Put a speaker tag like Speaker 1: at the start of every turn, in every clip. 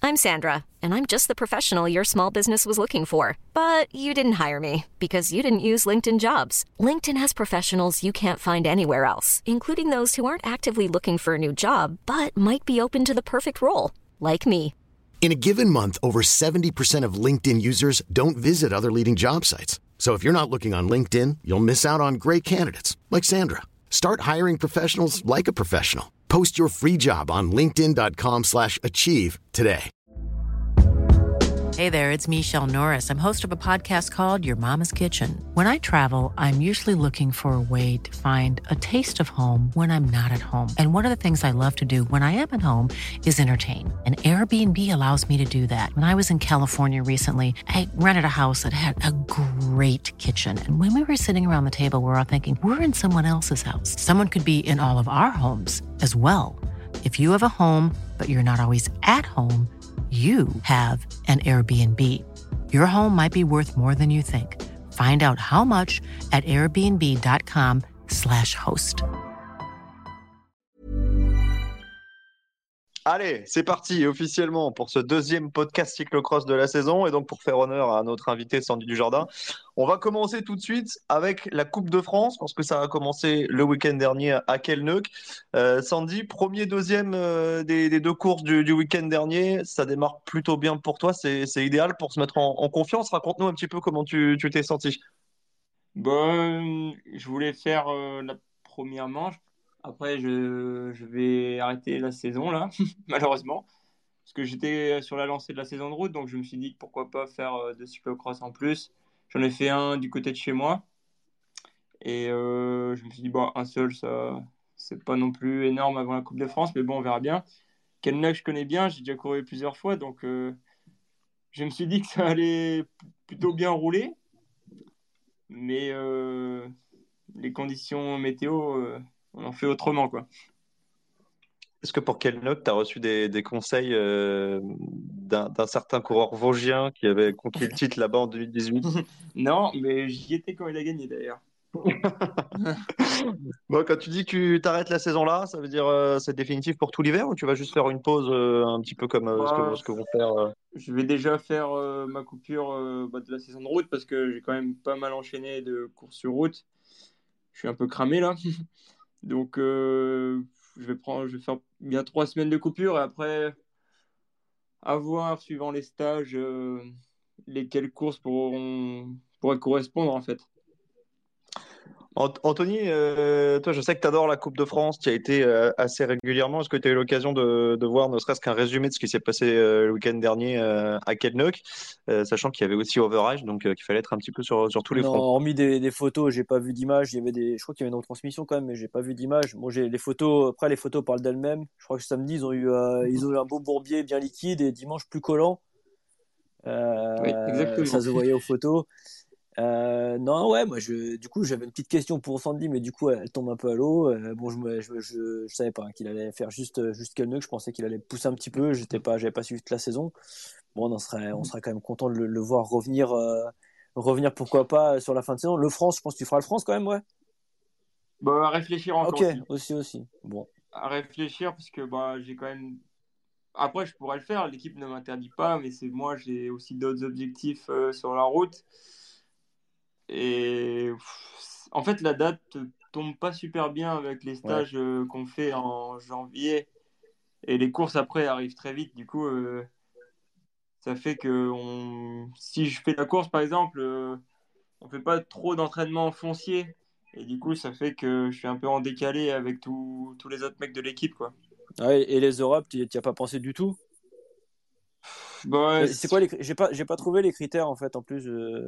Speaker 1: I'm Sandra, and I'm just the professional your small business was looking for. But you didn't hire me because you didn't use LinkedIn Jobs. LinkedIn has professionals you can't find anywhere else, including those who aren't actively looking for a new job, but might be open to the perfect role, like me.
Speaker 2: In a given month, over 70% of LinkedIn users don't visit other leading job sites. So if you're not looking on LinkedIn, you'll miss out on great candidates like Sandra. Start hiring professionals like a professional. Post your free job on linkedin.com/achieve today.
Speaker 3: Hey there, it's Michelle Norris. I'm host of a podcast called Your Mama's Kitchen. When I travel, I'm usually looking for a way to find a taste of home when I'm not at home. And one of the things I love to do when I am at home is entertain. And Airbnb allows me to do that. When I was in California recently, I rented a house that had a great kitchen. And when we were sitting around the table, we're all thinking, we're in someone else's house. Someone could be in all of our homes as well. If you have a home, but you're not always at home, you have an Airbnb. Your home might be worth more than you think. Find out how much at airbnb.com/host.
Speaker 4: Allez, c'est parti officiellement pour ce deuxième podcast cyclocross de la saison. Et donc, pour faire honneur à notre invité Sandy Dujardin, on va commencer tout de suite avec la Coupe de France, parce que ça a commencé le week-end dernier à Kellneuk. Sandy, premier, deuxième des deux courses du week-end dernier, ça démarre plutôt bien pour toi. C'est idéal pour se mettre en confiance. Raconte-nous un petit peu comment tu t'es senti.
Speaker 5: Je voulais faire la première manche. Après, je vais arrêter la saison, là, malheureusement. Parce que j'étais sur la lancée de la saison de route, donc je me suis dit que pourquoi pas faire de cyclocross en plus. J'en ai fait un du côté de chez moi. Et je me suis dit, un seul, ça, c'est pas non plus énorme avant la Coupe de France, mais bon, on verra bien. Kellneuk, je connais bien, j'ai déjà couru plusieurs fois, donc je me suis dit que ça allait plutôt bien rouler. Mais les conditions météo, on en fait autrement, quoi.
Speaker 4: Est-ce que pour Kellneuk, tu as reçu des conseils d'un certain coureur vosgien qui avait conquis le titre là-bas en 2018?
Speaker 5: Non, mais j'y étais quand il a gagné, d'ailleurs.
Speaker 4: Bon, quand tu dis que tu t'arrêtes la saison là, ça veut dire c'est définitif pour tout l'hiver ou tu vas juste faire une pause un petit peu comme ce que vont faire
Speaker 5: Je vais déjà faire ma coupure de la saison de route parce que j'ai quand même pas mal enchaîné de courses sur route. Je suis un peu cramé là. Donc je vais faire bien 3 semaines de coupure et après à voir, suivant les stages, lesquelles courses pourraient correspondre en fait.
Speaker 4: Anthony, toi, je sais que tu adores la Coupe de France, tu y as été assez régulièrement. Est-ce que tu as eu l'occasion de voir ne serait-ce qu'un résumé de ce qui s'est passé le week-end dernier à Kellneuk, sachant qu'il y avait aussi Overage, donc qu'il fallait être un petit peu sur tous les
Speaker 6: Non,
Speaker 4: fronts.
Speaker 6: hormis des photos, j'ai pas vu d'image. Je crois qu'il y avait une retransmission quand même, mais j'ai pas vu d'image. Bon, j'ai les photos. Après, les photos parlent d'elles-mêmes. Je crois que samedi, ils ont eu un beau bourbier bien liquide et dimanche plus collant.
Speaker 5: Oui, exactement.
Speaker 6: Ça se voyait aux photos. Non, ouais, moi, du coup, j'avais une petite question pour Sandy, mais du coup, elle tombe un peu à l'eau. Bon, je savais pas qu'il allait faire juste Kellneuk. Je pensais qu'il allait pousser un petit peu. J'avais pas suivi toute la saison. Bon, on serait quand même content de le voir revenir pourquoi pas sur la fin de saison. Le France, je pense que tu feras le France quand même, ouais.
Speaker 5: À réfléchir encore.
Speaker 6: Ok, aussi. Bon.
Speaker 5: À réfléchir parce que j'ai quand même. Après, je pourrais le faire. L'équipe ne m'interdit pas, mais moi, j'ai aussi d'autres objectifs sur la route. Et en fait, la date tombe pas super bien avec les stages qu'on fait en janvier. Et les courses après arrivent très vite. Du coup, ça fait que si je fais la course, par exemple, on fait pas trop d'entraînement foncier. Et du coup, ça fait que je suis un peu en décalé avec tous les autres mecs de l'équipe, quoi.
Speaker 6: Ouais, et les Europes, tu n'y as pas pensé du tout? C'est quoi j'ai pas trouvé les critères en fait en plus.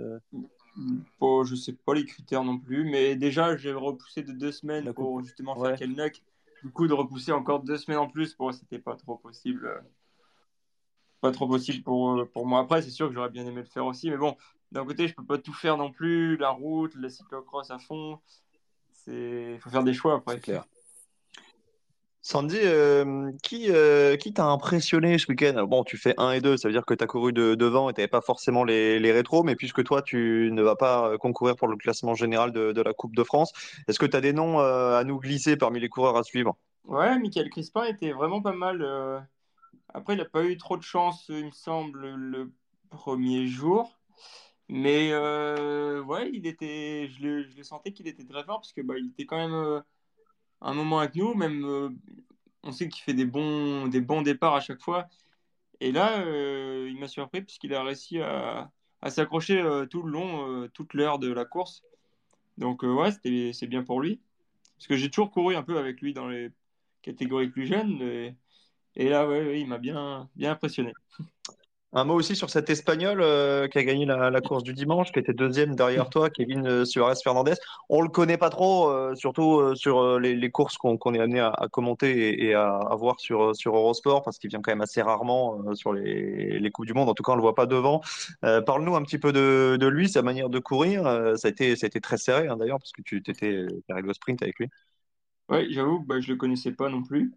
Speaker 5: Je sais pas les critères non plus, mais déjà j'ai repoussé de 2 semaines pour justement faire Kellneuk. Du coup, de repousser encore 2 semaines en plus, c'était pas trop possible. Pas trop possible pour moi. Après, c'est sûr que j'aurais bien aimé le faire aussi, mais bon, d'un côté, je peux pas tout faire non plus. La route, le cyclocross à fond, il faut faire des choix après.
Speaker 6: C'est clair.
Speaker 4: Sandy, qui t'a impressionné ce week-end? Bon, tu fais 1 et 2, ça veut dire que tu as couru devant et tu n'avais pas forcément les rétros, mais puisque toi, tu ne vas pas concourir pour le classement général de la Coupe de France, est-ce que tu as des noms à nous glisser parmi les coureurs à suivre?
Speaker 5: Ouais, Michael Crispin était vraiment pas mal Après, il n'a pas eu trop de chance, il me semble, le premier jour. Mais ouais, je le sentais qu'il était très fort parce que il était quand même un moment avec nous. Même, on sait qu'il fait des bons départs à chaque fois. Et là, il m'a surpris puisqu'il a réussi à s'accrocher tout le long, toute l'heure de la course. Donc ouais, c'est bien pour lui. Parce que j'ai toujours couru un peu avec lui dans les catégories plus jeunes. Et là, ouais, il m'a bien impressionné.
Speaker 4: Un mot aussi sur cet Espagnol qui a gagné la course du dimanche, qui était deuxième derrière toi, Kevin Suarez Fernandez. On le connaît pas trop, surtout sur les courses qu'on est amené à commenter et à voir sur Eurosport, parce qu'il vient quand même assez rarement sur les Coupes du Monde. En tout cas, on le voit pas devant. Parle-nous un petit peu de lui, sa manière de courir. Ça a été très serré hein, d'ailleurs, parce que tu t'étais arrivé au sprint avec lui.
Speaker 5: Ouais, j'avoue que je le connaissais pas non plus.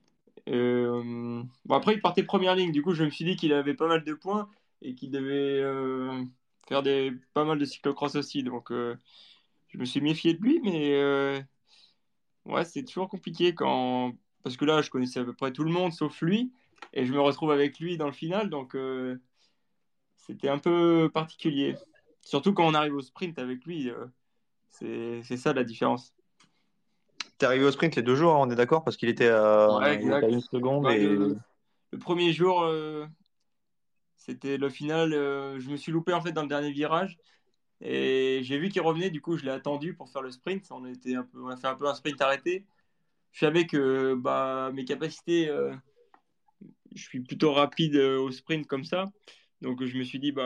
Speaker 5: Bon, après, il partait première ligne. Du coup, je me suis dit qu'il avait pas mal de points et qu'il devait faire pas mal de cyclocross aussi. Donc, je me suis méfié de lui, mais ouais, c'est toujours compliqué parce que là, je connaissais à peu près tout le monde sauf lui et je me retrouve avec lui dans le final. Donc, c'était un peu particulier. Surtout quand on arrive au sprint avec lui, c'est ça la différence.
Speaker 4: T'es arrivé au sprint les 2 jours, hein, on est d'accord, parce qu'il était
Speaker 5: Ouais,
Speaker 4: il était à
Speaker 5: exact.
Speaker 4: 1 seconde
Speaker 5: Bah,
Speaker 4: et
Speaker 5: le premier jour, c'était le final. Je me suis loupé en fait dans le dernier virage et j'ai vu qu'il revenait. Du coup, je l'ai attendu pour faire le sprint. On a fait un peu un sprint arrêté. Je savais que mes capacités, je suis plutôt rapide au sprint comme ça. Donc, je me suis dit,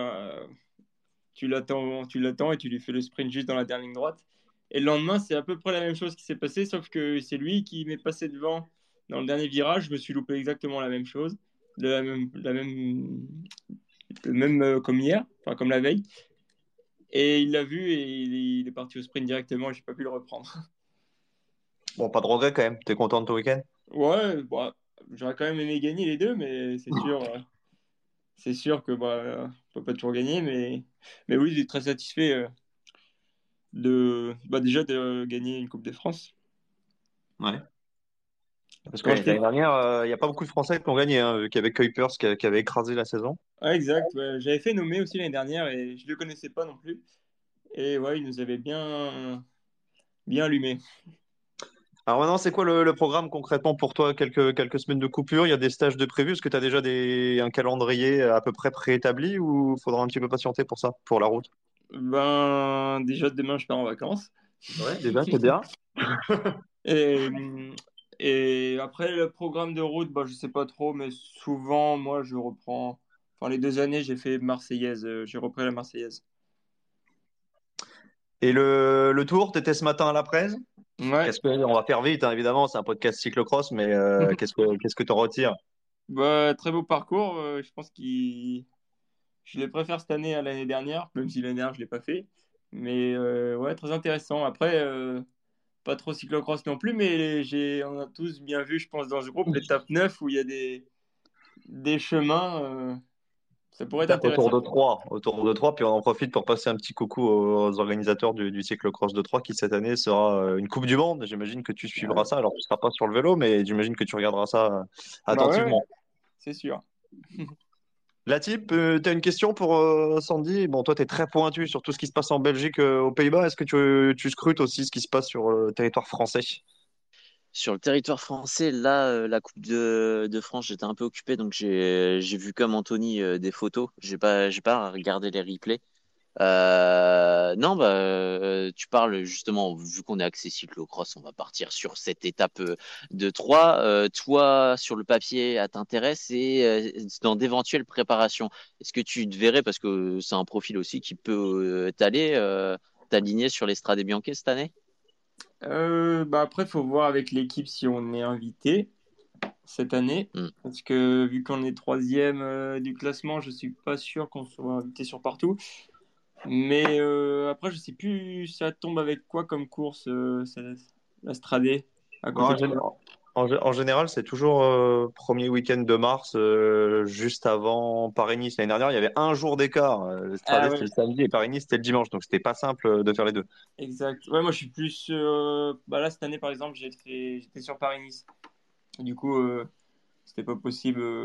Speaker 5: tu l'attends et tu lui fais le sprint juste dans la dernière ligne droite. Et le lendemain, c'est à peu près la même chose qui s'est passé, sauf que c'est lui qui m'est passé devant dans le dernier virage. Je me suis loupé exactement la même chose, le même comme hier, enfin comme la veille. Et il l'a vu et il est parti au sprint directement et j'ai pas pu le reprendre.
Speaker 4: bon, pas de regret quand même. T'es content de ton week-end?
Speaker 5: Ouais, j'aurais quand même aimé gagner les deux, mais c'est sûr que on peut pas toujours gagner, mais oui, j'ai très satisfait déjà de gagner une Coupe de France.
Speaker 4: Ouais. Parce que
Speaker 5: Quand
Speaker 4: l'année
Speaker 5: j'étais
Speaker 4: dernière, il n'y a pas beaucoup de Français qui ont gagné, hein, vu qu'il y avait Kuipers qui avait écrasé la saison.
Speaker 5: Ouais, exact. Ouais. J'avais fait nommer aussi l'année dernière et je le connaissais pas non plus. Et ouais, il nous avait bien allumé.
Speaker 4: Alors maintenant, c'est quoi le programme concrètement pour toi? Quelques semaines de coupure, il y a des stages de prévus. Est-ce que tu as déjà un calendrier à peu près préétabli ou faudra un petit peu patienter pour ça, pour la route?
Speaker 5: Déjà demain, je pars en vacances.
Speaker 4: Ouais, déjà, c'est bien.
Speaker 5: Et, et après, le programme de route, je sais pas trop, mais souvent, moi, je reprends. Enfin, les 2 années, j'ai fait Marseillaise. J'ai repris la Marseillaise.
Speaker 4: Et le tour, tu étais ce matin à la presse?
Speaker 5: Ouais.
Speaker 4: On va faire vite, hein, évidemment, c'est un podcast cyclocross, mais qu'est-ce que tu en retires?
Speaker 5: Très beau parcours. Je pense je les préfère cette année à l'année dernière, même si l'année dernière, je l'ai pas fait. Mais ouais, très intéressant. Après, pas trop cyclocross non plus, mais on a tous bien vu, je pense, dans ce groupe, l'étape 9 où il y a des chemins. Ça pourrait être
Speaker 4: Tape
Speaker 5: intéressant.
Speaker 4: autour de Troyes, puis on en profite pour passer un petit coucou aux organisateurs du cyclocross de Troyes, qui cette année sera une Coupe du Monde. J'imagine que tu
Speaker 5: Ah
Speaker 4: suivras
Speaker 5: ouais.
Speaker 4: ça. Alors, tu seras pas sur le vélo, mais j'imagine que tu regarderas ça
Speaker 5: Bah ouais, ouais,
Speaker 4: attentivement.
Speaker 5: c'est sûr.
Speaker 4: La type, tu as une question pour Sandy? Bon, toi, tu es très pointu sur tout ce qui se passe en Belgique, aux Pays-Bas. Est-ce que tu scrutes aussi ce qui se passe sur le territoire français?
Speaker 7: Sur le territoire français, là, la Coupe de France, j'étais un peu occupé, donc j'ai vu comme Anthony des photos. J'ai pas regardé les replays. Non, tu parles justement, vu qu'on est axé cyclocross, on va partir sur cette étape de 3. Toi, sur le papier, elle t'intéresse et dans d'éventuelles préparations, est-ce que tu te verrais, parce que c'est un profil aussi qui peut t'aligner sur l'Estrade Bianche cette année?
Speaker 5: Après, il faut voir avec l'équipe si on est invité cette année.
Speaker 7: Hmm.
Speaker 5: Parce que vu qu'on est troisième du classement, je suis pas sûr qu'on soit invité sur partout. Mais après, je sais plus ça tombe avec quoi comme course, la Stradé, à
Speaker 4: Non,
Speaker 5: côté de quoi.
Speaker 4: en général, c'est toujours premier week-end de mars, juste avant Paris-Nice. L'année dernière, il y avait un jour d'écart. Le
Speaker 5: Ah
Speaker 4: Stradé, c'était
Speaker 5: ouais,
Speaker 4: le samedi et Paris-Nice, c'était le dimanche. Donc, c'était pas simple de faire les deux.
Speaker 5: exact. Ouais, moi je suis plus. Là, cette année, par exemple, j'étais sur Paris-Nice. Du coup, c'était pas possible.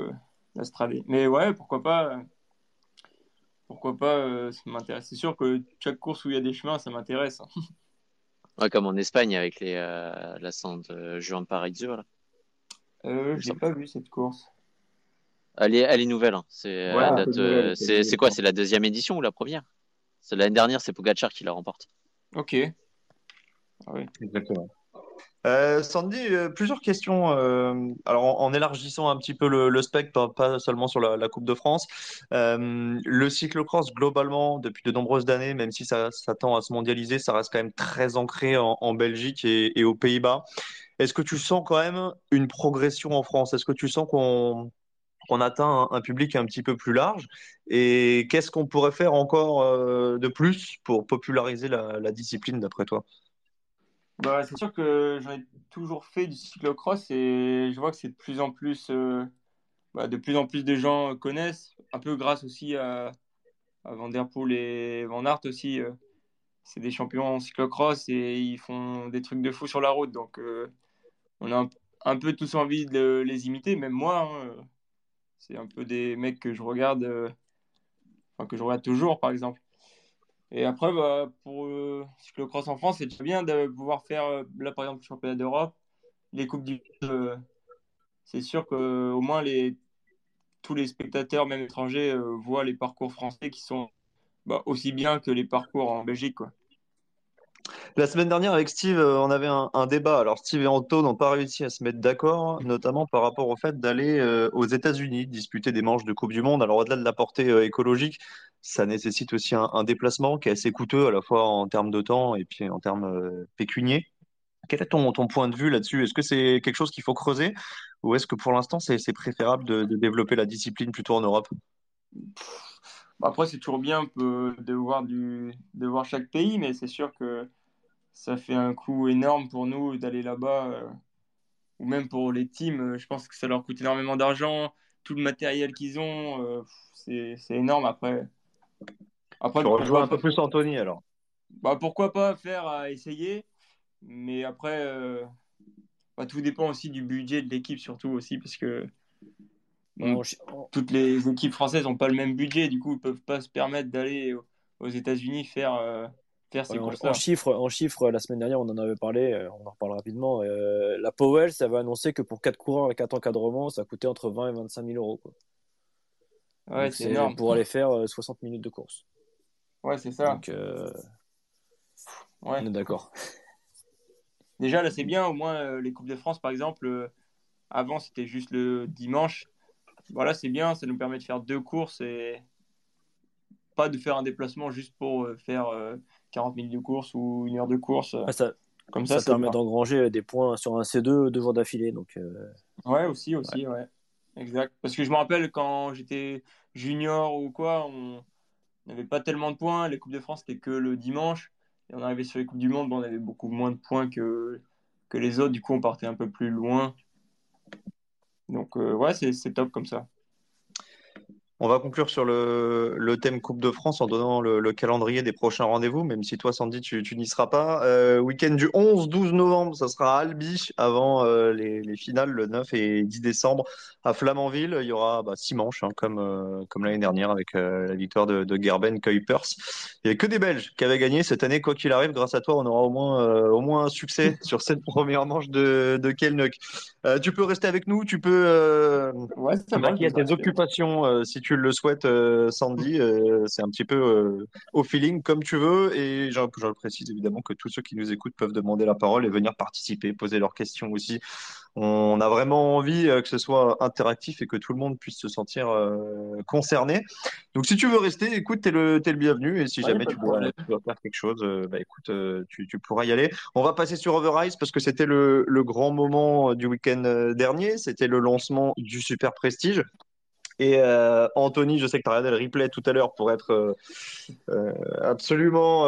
Speaker 5: l'Australie. Mais ouais, pourquoi pas, ça m'intéresse. C'est sûr que chaque course où il y a des chemins, ça m'intéresse, hein.
Speaker 7: Ouais, comme en Espagne avec la San Juan Paradiso, là, il me
Speaker 5: Je l'ai
Speaker 7: semble.
Speaker 5: pas vu cette course.
Speaker 7: Elle est nouvelle, hein.
Speaker 5: Ouais,
Speaker 7: Elle
Speaker 5: un peu
Speaker 7: date,
Speaker 5: nouvelle.
Speaker 7: c'est quoi? C'est la deuxième édition ou la première? C'est l'année dernière, c'est Pogacar qui la remporte.
Speaker 5: Ok. Ah oui.
Speaker 4: Exactement. Sandy, plusieurs questions. Alors, en élargissant un petit peu le spectre, pas seulement sur la Coupe de France. Le cyclocross, globalement, depuis de nombreuses années, même si ça tend à se mondialiser, ça reste quand même très ancré en Belgique et aux Pays-Bas. Est-ce que tu sens quand même une progression en France? Est-ce que tu sens qu'on atteint un public un petit peu plus large? Et qu'est-ce qu'on pourrait faire encore de plus pour populariser la discipline, d'après toi?
Speaker 5: Bah, c'est sûr que j'en ai toujours fait du cyclocross et je vois que c'est de plus en plus de gens connaissent, un peu grâce aussi à Van Der Poel et Van Aert aussi. C'est des champions en cyclocross et ils font des trucs de fou sur la route. Donc, on a un peu tous envie de les imiter, même moi, hein. C'est un peu des mecs que je regarde, enfin, que je regarde toujours, par exemple. Et après, bah, pour cyclocross en France, c'est déjà bien de pouvoir faire, là, par exemple, le championnat d'Europe, les Coupes du Monde. C'est sûr que au moins tous les spectateurs, même étrangers, voient les parcours français qui sont aussi bien que les parcours en Belgique, quoi.
Speaker 4: La semaine dernière, avec Steve, on avait un débat. Alors, Steve et Anto n'ont pas réussi à se mettre d'accord, notamment par rapport au fait d'aller aux États-Unis disputer des manches de Coupe du Monde. Alors, au-delà de la portée écologique, ça nécessite aussi un déplacement qui est assez coûteux, à la fois en termes de temps et puis en termes pécuniers. Quel est ton point de vue là-dessus? Est-ce que c'est quelque chose qu'il faut creuser ou est-ce que pour l'instant, c'est préférable de développer la discipline plutôt en Europe?
Speaker 5: Après, c'est toujours bien de voir chaque pays, mais c'est sûr que ça fait un coût énorme pour nous d'aller là-bas, ou même pour les teams. Je pense que ça leur coûte énormément d'argent, tout le matériel qu'ils ont, c'est énorme. Après,
Speaker 4: Tu rejoins un peu plus Anthony alors.
Speaker 5: pourquoi pas faire à essayer, mais après, tout dépend aussi du budget de l'équipe, surtout aussi, parce que bon,
Speaker 6: En, chi- en-
Speaker 5: toutes les équipes françaises n'ont pas le même budget, du coup, ils peuvent pas se permettre d'aller aux États-Unis faire
Speaker 6: ouais,
Speaker 5: ces
Speaker 6: en
Speaker 5: courses-là.
Speaker 6: chiffres, la semaine dernière, on en avait parlé, on en reparle rapidement. La Powell, ça va annoncer que pour 4 coureurs et 4 encadrements, ça coûtait entre 20 et 25 000 euros, quoi.
Speaker 5: Ouais,
Speaker 6: Donc
Speaker 5: c'est
Speaker 6: c'est
Speaker 5: énorme.
Speaker 6: pour aller faire 60 minutes de course.
Speaker 5: Ouais, c'est ça.
Speaker 6: Donc on
Speaker 5: Ouais.
Speaker 6: est d'accord.
Speaker 5: Déjà, là, c'est bien. Au moins, les Coupes de France, par exemple, avant, c'était juste le dimanche. Voilà, c'est bien. Ça nous permet de faire deux courses et pas de faire un déplacement juste pour faire 40 minutes de course ou une heure de course.
Speaker 6: Ouais, ça,
Speaker 5: Comme ça,
Speaker 6: ça
Speaker 5: c'est
Speaker 6: permet
Speaker 5: bien.
Speaker 6: d'engranger des points sur un C2 2 jours d'affilée. Donc
Speaker 5: Ouais, aussi,
Speaker 6: ouais.
Speaker 5: ouais. Exact. Parce que je me rappelle quand j'étais junior ou quoi, on n'avait pas tellement de points. Les Coupes de France, c'était que le dimanche. Et on arrivait sur les Coupes du Monde, on avait beaucoup moins de points que les autres. Du coup, on partait un peu plus loin. Donc, ouais, c'est top comme ça.
Speaker 4: On va conclure sur le thème Coupe de France en donnant le calendrier des prochains rendez-vous, même si toi, Sandy, tu n'y seras pas. Week-end du 11-12 novembre, ça sera à Albi avant les finales le 9 et 10 décembre à Flamanville. Il y aura 6 manches, hein, comme l'année dernière avec la victoire de Gerben Kuipers. Il n'y a que des Belges qui avaient gagné cette année, quoi qu'il arrive. Grâce à toi, on aura au moins un succès sur cette première manche de Kelnuck. Tu peux rester avec nous, tu peux
Speaker 5: Ouais, ça va, je
Speaker 4: vaquer à
Speaker 5: vais
Speaker 4: tes
Speaker 5: rester.
Speaker 4: occupations si tu le souhaites, Sandy. C'est un petit peu au feeling, comme tu veux. Et je le précise évidemment que tous ceux qui nous écoutent peuvent demander la parole et venir participer, poser leurs questions aussi. On a vraiment envie que ce soit interactif et que tout le monde puisse se sentir concerné. Donc, si tu veux rester, écoute, t'es le bienvenu. Et si
Speaker 5: Ouais,
Speaker 4: jamais
Speaker 5: pas de
Speaker 4: tu
Speaker 5: problème.
Speaker 4: dois faire quelque chose, écoute, tu pourras y aller. On va passer sur Over Ice parce que c'était le grand moment du week-end dernier. C'était le lancement du Super Prestige. Et Anthony, je sais que tu as regardé le replay tout à l'heure pour être absolument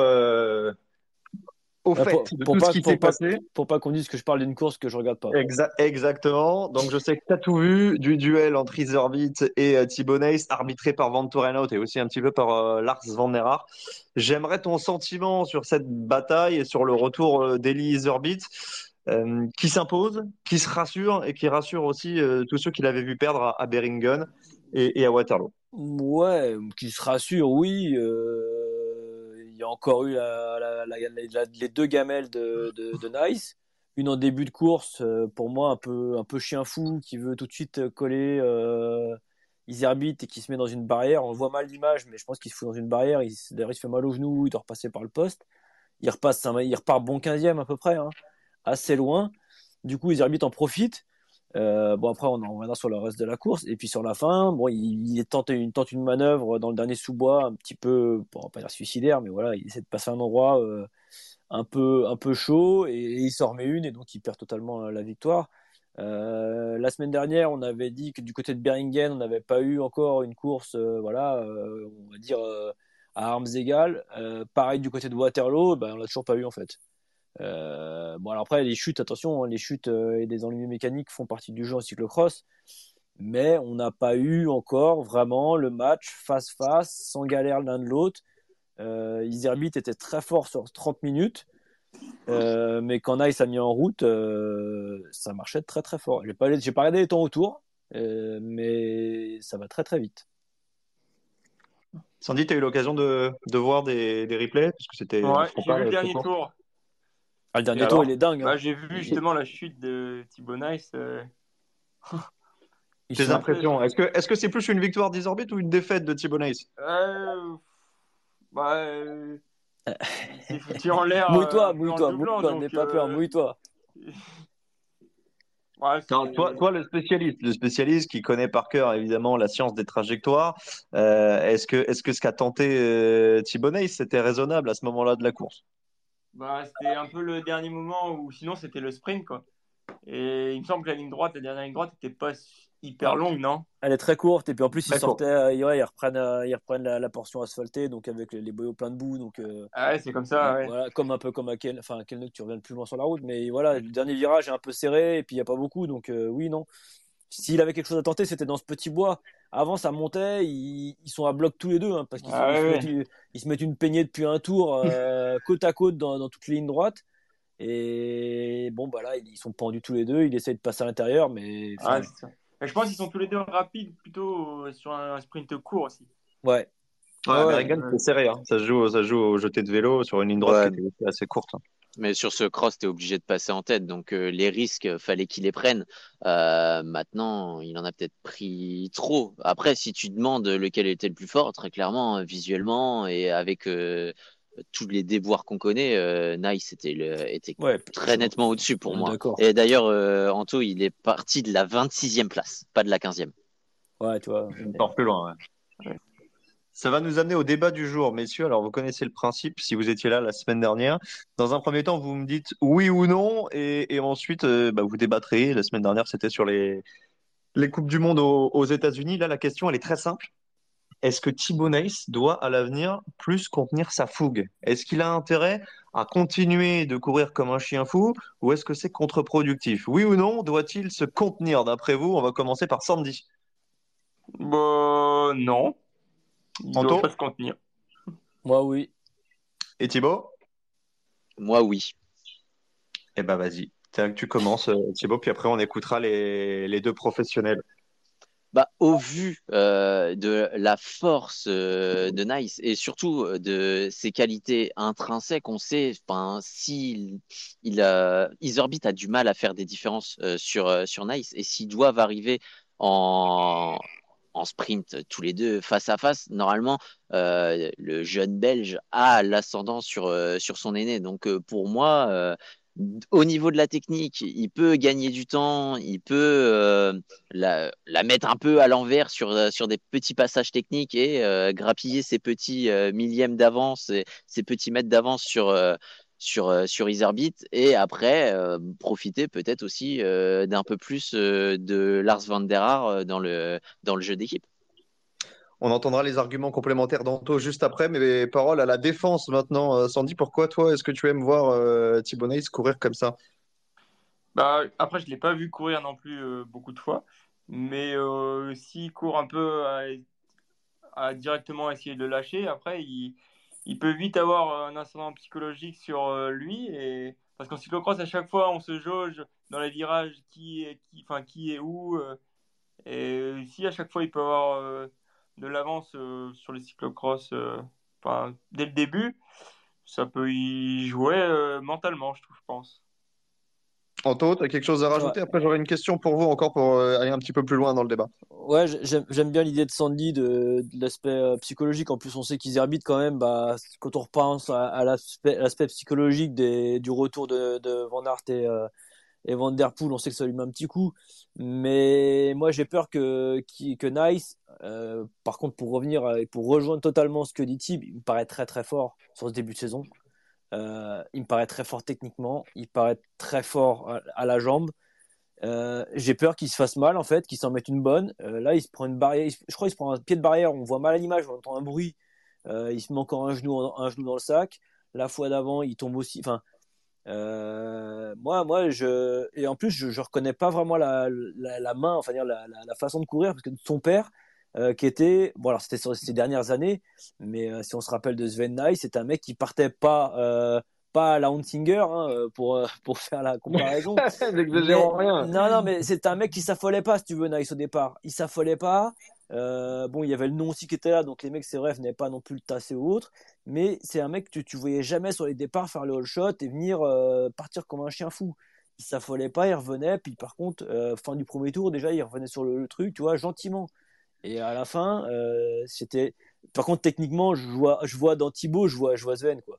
Speaker 4: au
Speaker 6: Ouais,
Speaker 4: fait de tout ce qui s'est passé.
Speaker 6: pour pas qu'on dise que je parle d'une course que je regarde pas.
Speaker 4: Exactement. Donc je sais que tu as tout vu du duel entre Iservit et Thibaut Nys, arbitré par Van Torenhout et aussi un petit peu par Lars Van der Haar. J'aimerais ton sentiment sur cette bataille et sur le retour d'Eli Iservit. qui s'impose, qui se rassure et qui rassure aussi tous ceux qui l'avaient vu perdre à Beringen et à Waterloo.
Speaker 6: Ouais, qui se rassure, oui. Il y a encore eu les deux gamelles de Nice. Une en début de course, pour moi, un peu chien fou, qui veut tout de suite coller Iserbyt et qui se met dans une barrière. On voit mal l'image, mais je pense qu'il se fout dans une barrière. D'ailleurs, il se fait mal au genou, il doit repasser par le poste. Il repart bon 15e à peu près, hein, assez loin. Du coup, Iserbyt en profite. Bon, après, on en reviendra sur le reste de la course. Et puis sur la fin, bon, il tente une manœuvre dans le dernier sous-bois, un petit peu, bon, on va pas dire suicidaire, mais voilà, il essaie de passer un endroit un peu chaud et il s'en remet une et donc il perd totalement la victoire. La semaine dernière, on avait dit que du côté de Beringen, on n'avait pas eu encore une course, voilà, on va dire à armes égales. Pareil du côté de Waterloo, ben, on l'a toujours pas eu en fait. Bon, alors après, les chutes, attention, hein, les chutes et les ennuis mécaniques font partie du jeu en cyclocross, mais on n'a pas eu encore vraiment le match face-face, sans galère l'un de l'autre. Iserbyt était très fort sur 30 minutes, mais quand Nice a mis en route, ça marchait très très fort. J'ai pas regardé les temps autour, mais ça va très très vite.
Speaker 4: Sandy, tu as eu l'occasion de voir des replays parce que c'était
Speaker 5: Ouais,
Speaker 4: frontal,
Speaker 5: j'ai vu le
Speaker 4: très
Speaker 5: dernier
Speaker 4: court.
Speaker 5: tour.
Speaker 6: Ah, le
Speaker 4: Et
Speaker 6: dernier tour,
Speaker 4: alors?
Speaker 6: il est dingue. Hein.
Speaker 5: J'ai vu justement la chute de Thibaut Nice.
Speaker 6: Ils
Speaker 4: Tes
Speaker 6: sont...
Speaker 4: impressions, est-ce que c'est plus une victoire d'Iserbyt ou une défaite de Thibaut Nice?
Speaker 5: Bah, il s'est foutu en l'air un peu en le doublant,
Speaker 6: n'aie
Speaker 5: donc
Speaker 6: pas peur, mouille-toi.
Speaker 5: ouais,
Speaker 4: Toi, le spécialiste qui connaît par cœur évidemment la science des trajectoires, est-ce que ce qu'a tenté Thibaut Nice, c'était raisonnable à ce moment-là de la course?
Speaker 5: bah, c'était un peu le dernier moment où sinon c'était le sprint, quoi. Et il me semble que la dernière ligne droite, n'était pas hyper longue, non?
Speaker 6: Elle est très courte et puis en plus ils
Speaker 4: Très court.
Speaker 6: sortaient, ouais, ils reprennent la portion asphaltée donc avec les boyaux pleins de boue donc
Speaker 5: Ah ouais, c'est comme ça, ouais.
Speaker 6: voilà comme un peu comme à Kenneck tu reviens plus loin sur la route mais voilà le dernier virage est un peu serré et puis il y a pas beaucoup donc oui non s'il avait quelque chose à tenter c'était dans ce petit bois avant ça montait ils sont à bloc tous les deux hein, parce
Speaker 5: Ah ouais.
Speaker 6: ils se mettent une peignée depuis un tour côte à côte dans toutes les lignes droites et bon bah là ils sont pendus tous les deux ils essayent de passer à l'intérieur mais enfin
Speaker 5: Ouais, c'est ça. Mais je pense qu'ils sont tous les deux rapides, plutôt sur un sprint court aussi.
Speaker 6: ouais.
Speaker 4: Ouais,
Speaker 6: Ouais,
Speaker 4: à
Speaker 6: ouais.
Speaker 4: Bergen, c'est serré, hein. Ça se joue au jeté de vélo sur une ligne droite qui
Speaker 7: Ouais,
Speaker 4: était aussi assez courte.
Speaker 7: mais sur ce cross, t'es obligé de passer en tête, donc les risques, fallait qu'il les prenne. Maintenant, il en a peut-être pris trop. Après, si tu demandes lequel était le plus fort, très clairement, visuellement et avec tous les déboires qu'on connaît, Nice était
Speaker 6: Ouais,
Speaker 7: très nettement au-dessus pour
Speaker 6: on est
Speaker 7: moi.
Speaker 6: d'accord.
Speaker 7: Et d'ailleurs, Anto, il est parti de la 26e place, pas de la 15e.
Speaker 6: Ouais, tu vois.
Speaker 4: Encore plus loin, ouais. Ça va nous amener au débat du jour, messieurs. Alors, vous connaissez le principe, si vous étiez là la semaine dernière. Dans un premier temps, vous me dites oui ou non, et ensuite, vous débattrez. La semaine dernière, c'était sur les Coupes du Monde aux États-Unis. Là, la question, elle est très simple. Est-ce que Thibaut Nice doit, à l'avenir, plus contenir sa fougue? Est-ce qu'il a intérêt à continuer de courir comme un chien fou, ou est-ce que c'est contre-productif? Oui ou non, doit-il se contenir, d'après vous? On va commencer par Sandy.
Speaker 5: Bah, non, il doit
Speaker 4: Anto
Speaker 5: pas se contenir.
Speaker 6: Moi, oui.
Speaker 4: et Thibaut?
Speaker 7: Moi, oui.
Speaker 4: Eh ben vas-y, tu commences Thibaut, puis après on écoutera les deux professionnels.
Speaker 7: Bah, au vu de la force de Nice et surtout de ses qualités intrinsèques, on sait, enfin, si Iserbyt a du mal à faire des différences sur Nice et s'ils doivent arriver en en sprint tous les deux face à face, normalement le jeune Belge a l'ascendant sur son aîné. Donc pour moi, au niveau de la technique, il peut gagner du temps, il peut la mettre un peu à l'envers sur des petits passages techniques et grappiller ses petits millièmes d'avance, et ses petits mètres d'avance sur Iserbyt et après profiter peut-être aussi d'un peu plus de Lars van der Haar dans le jeu d'équipe.
Speaker 4: On entendra les arguments complémentaires d'Anto juste après, mais paroles à la défense maintenant. Sandy, pourquoi toi, est-ce que tu aimes voir Thibaut Nice courir comme ça?
Speaker 5: Bah, après, je l'ai pas vu courir non plus beaucoup de fois, mais s'il court un peu à directement essayer de le lâcher, après, il peut vite avoir un ascendant psychologique sur lui, et Parce qu'en cyclocross, à chaque fois, on se jauge dans les virages qui est où. Et si à chaque fois, il peut avoir de l'avance sur les cyclocross dès le début, ça peut y jouer mentalement, je pense.
Speaker 4: Anto, tu as quelque chose à
Speaker 6: Ouais.
Speaker 4: rajouter? Après, j'aurais une question pour vous encore pour aller un petit peu plus loin dans le débat.
Speaker 6: Ouais, j'aime bien l'idée de Sandy de l'aspect psychologique. En plus, on sait qu'ils arbitrent quand même. Bah, quand on repense à l'aspect psychologique du retour de Van Aert et Van Der Poel, on sait que ça lui met un petit coup. Mais moi, j'ai peur que Nice, par contre, pour revenir et pour rejoindre totalement ce que dit Thib, il me paraît très très fort sur ce début de saison. Il me paraît très fort techniquement. Il paraît très fort à la jambe. J'ai peur qu'il se fasse mal en fait, qu'il s'en mette une bonne. Là, il se prend une barrière, je crois qu'il se prend un pied de barrière. On voit mal à l'image, on entend un bruit. Il se met encore un genou dans le sac. La fois d'avant, il tombe aussi. Enfin, et en plus, je reconnais pas vraiment la main, enfin dire la façon de courir, parce que son père, qui était, bon alors c'était sur ces dernières années, mais si on se rappelle de Sven Nys, c'est un mec qui partait pas à la Hunsinger pour faire la comparaison.
Speaker 4: N'exagérons rien.
Speaker 6: Non, mais c'est un mec qui s'affolait pas, si tu veux, Nice au départ. Il s'affolait pas. Bon, il y avait le nom aussi qui était là, donc les mecs, c'est vrai, venaient pas non plus le tasser ou autre. Mais c'est un mec que tu voyais jamais sur les départs faire le all shot et venir partir comme un chien fou. Il s'affolait pas, il revenait. Puis par contre, fin du premier tour, déjà, il revenait sur le truc, tu vois, gentiment. Et à la fin, c'était. Par contre, techniquement, je vois dans Thibaut, je vois Sven, quoi.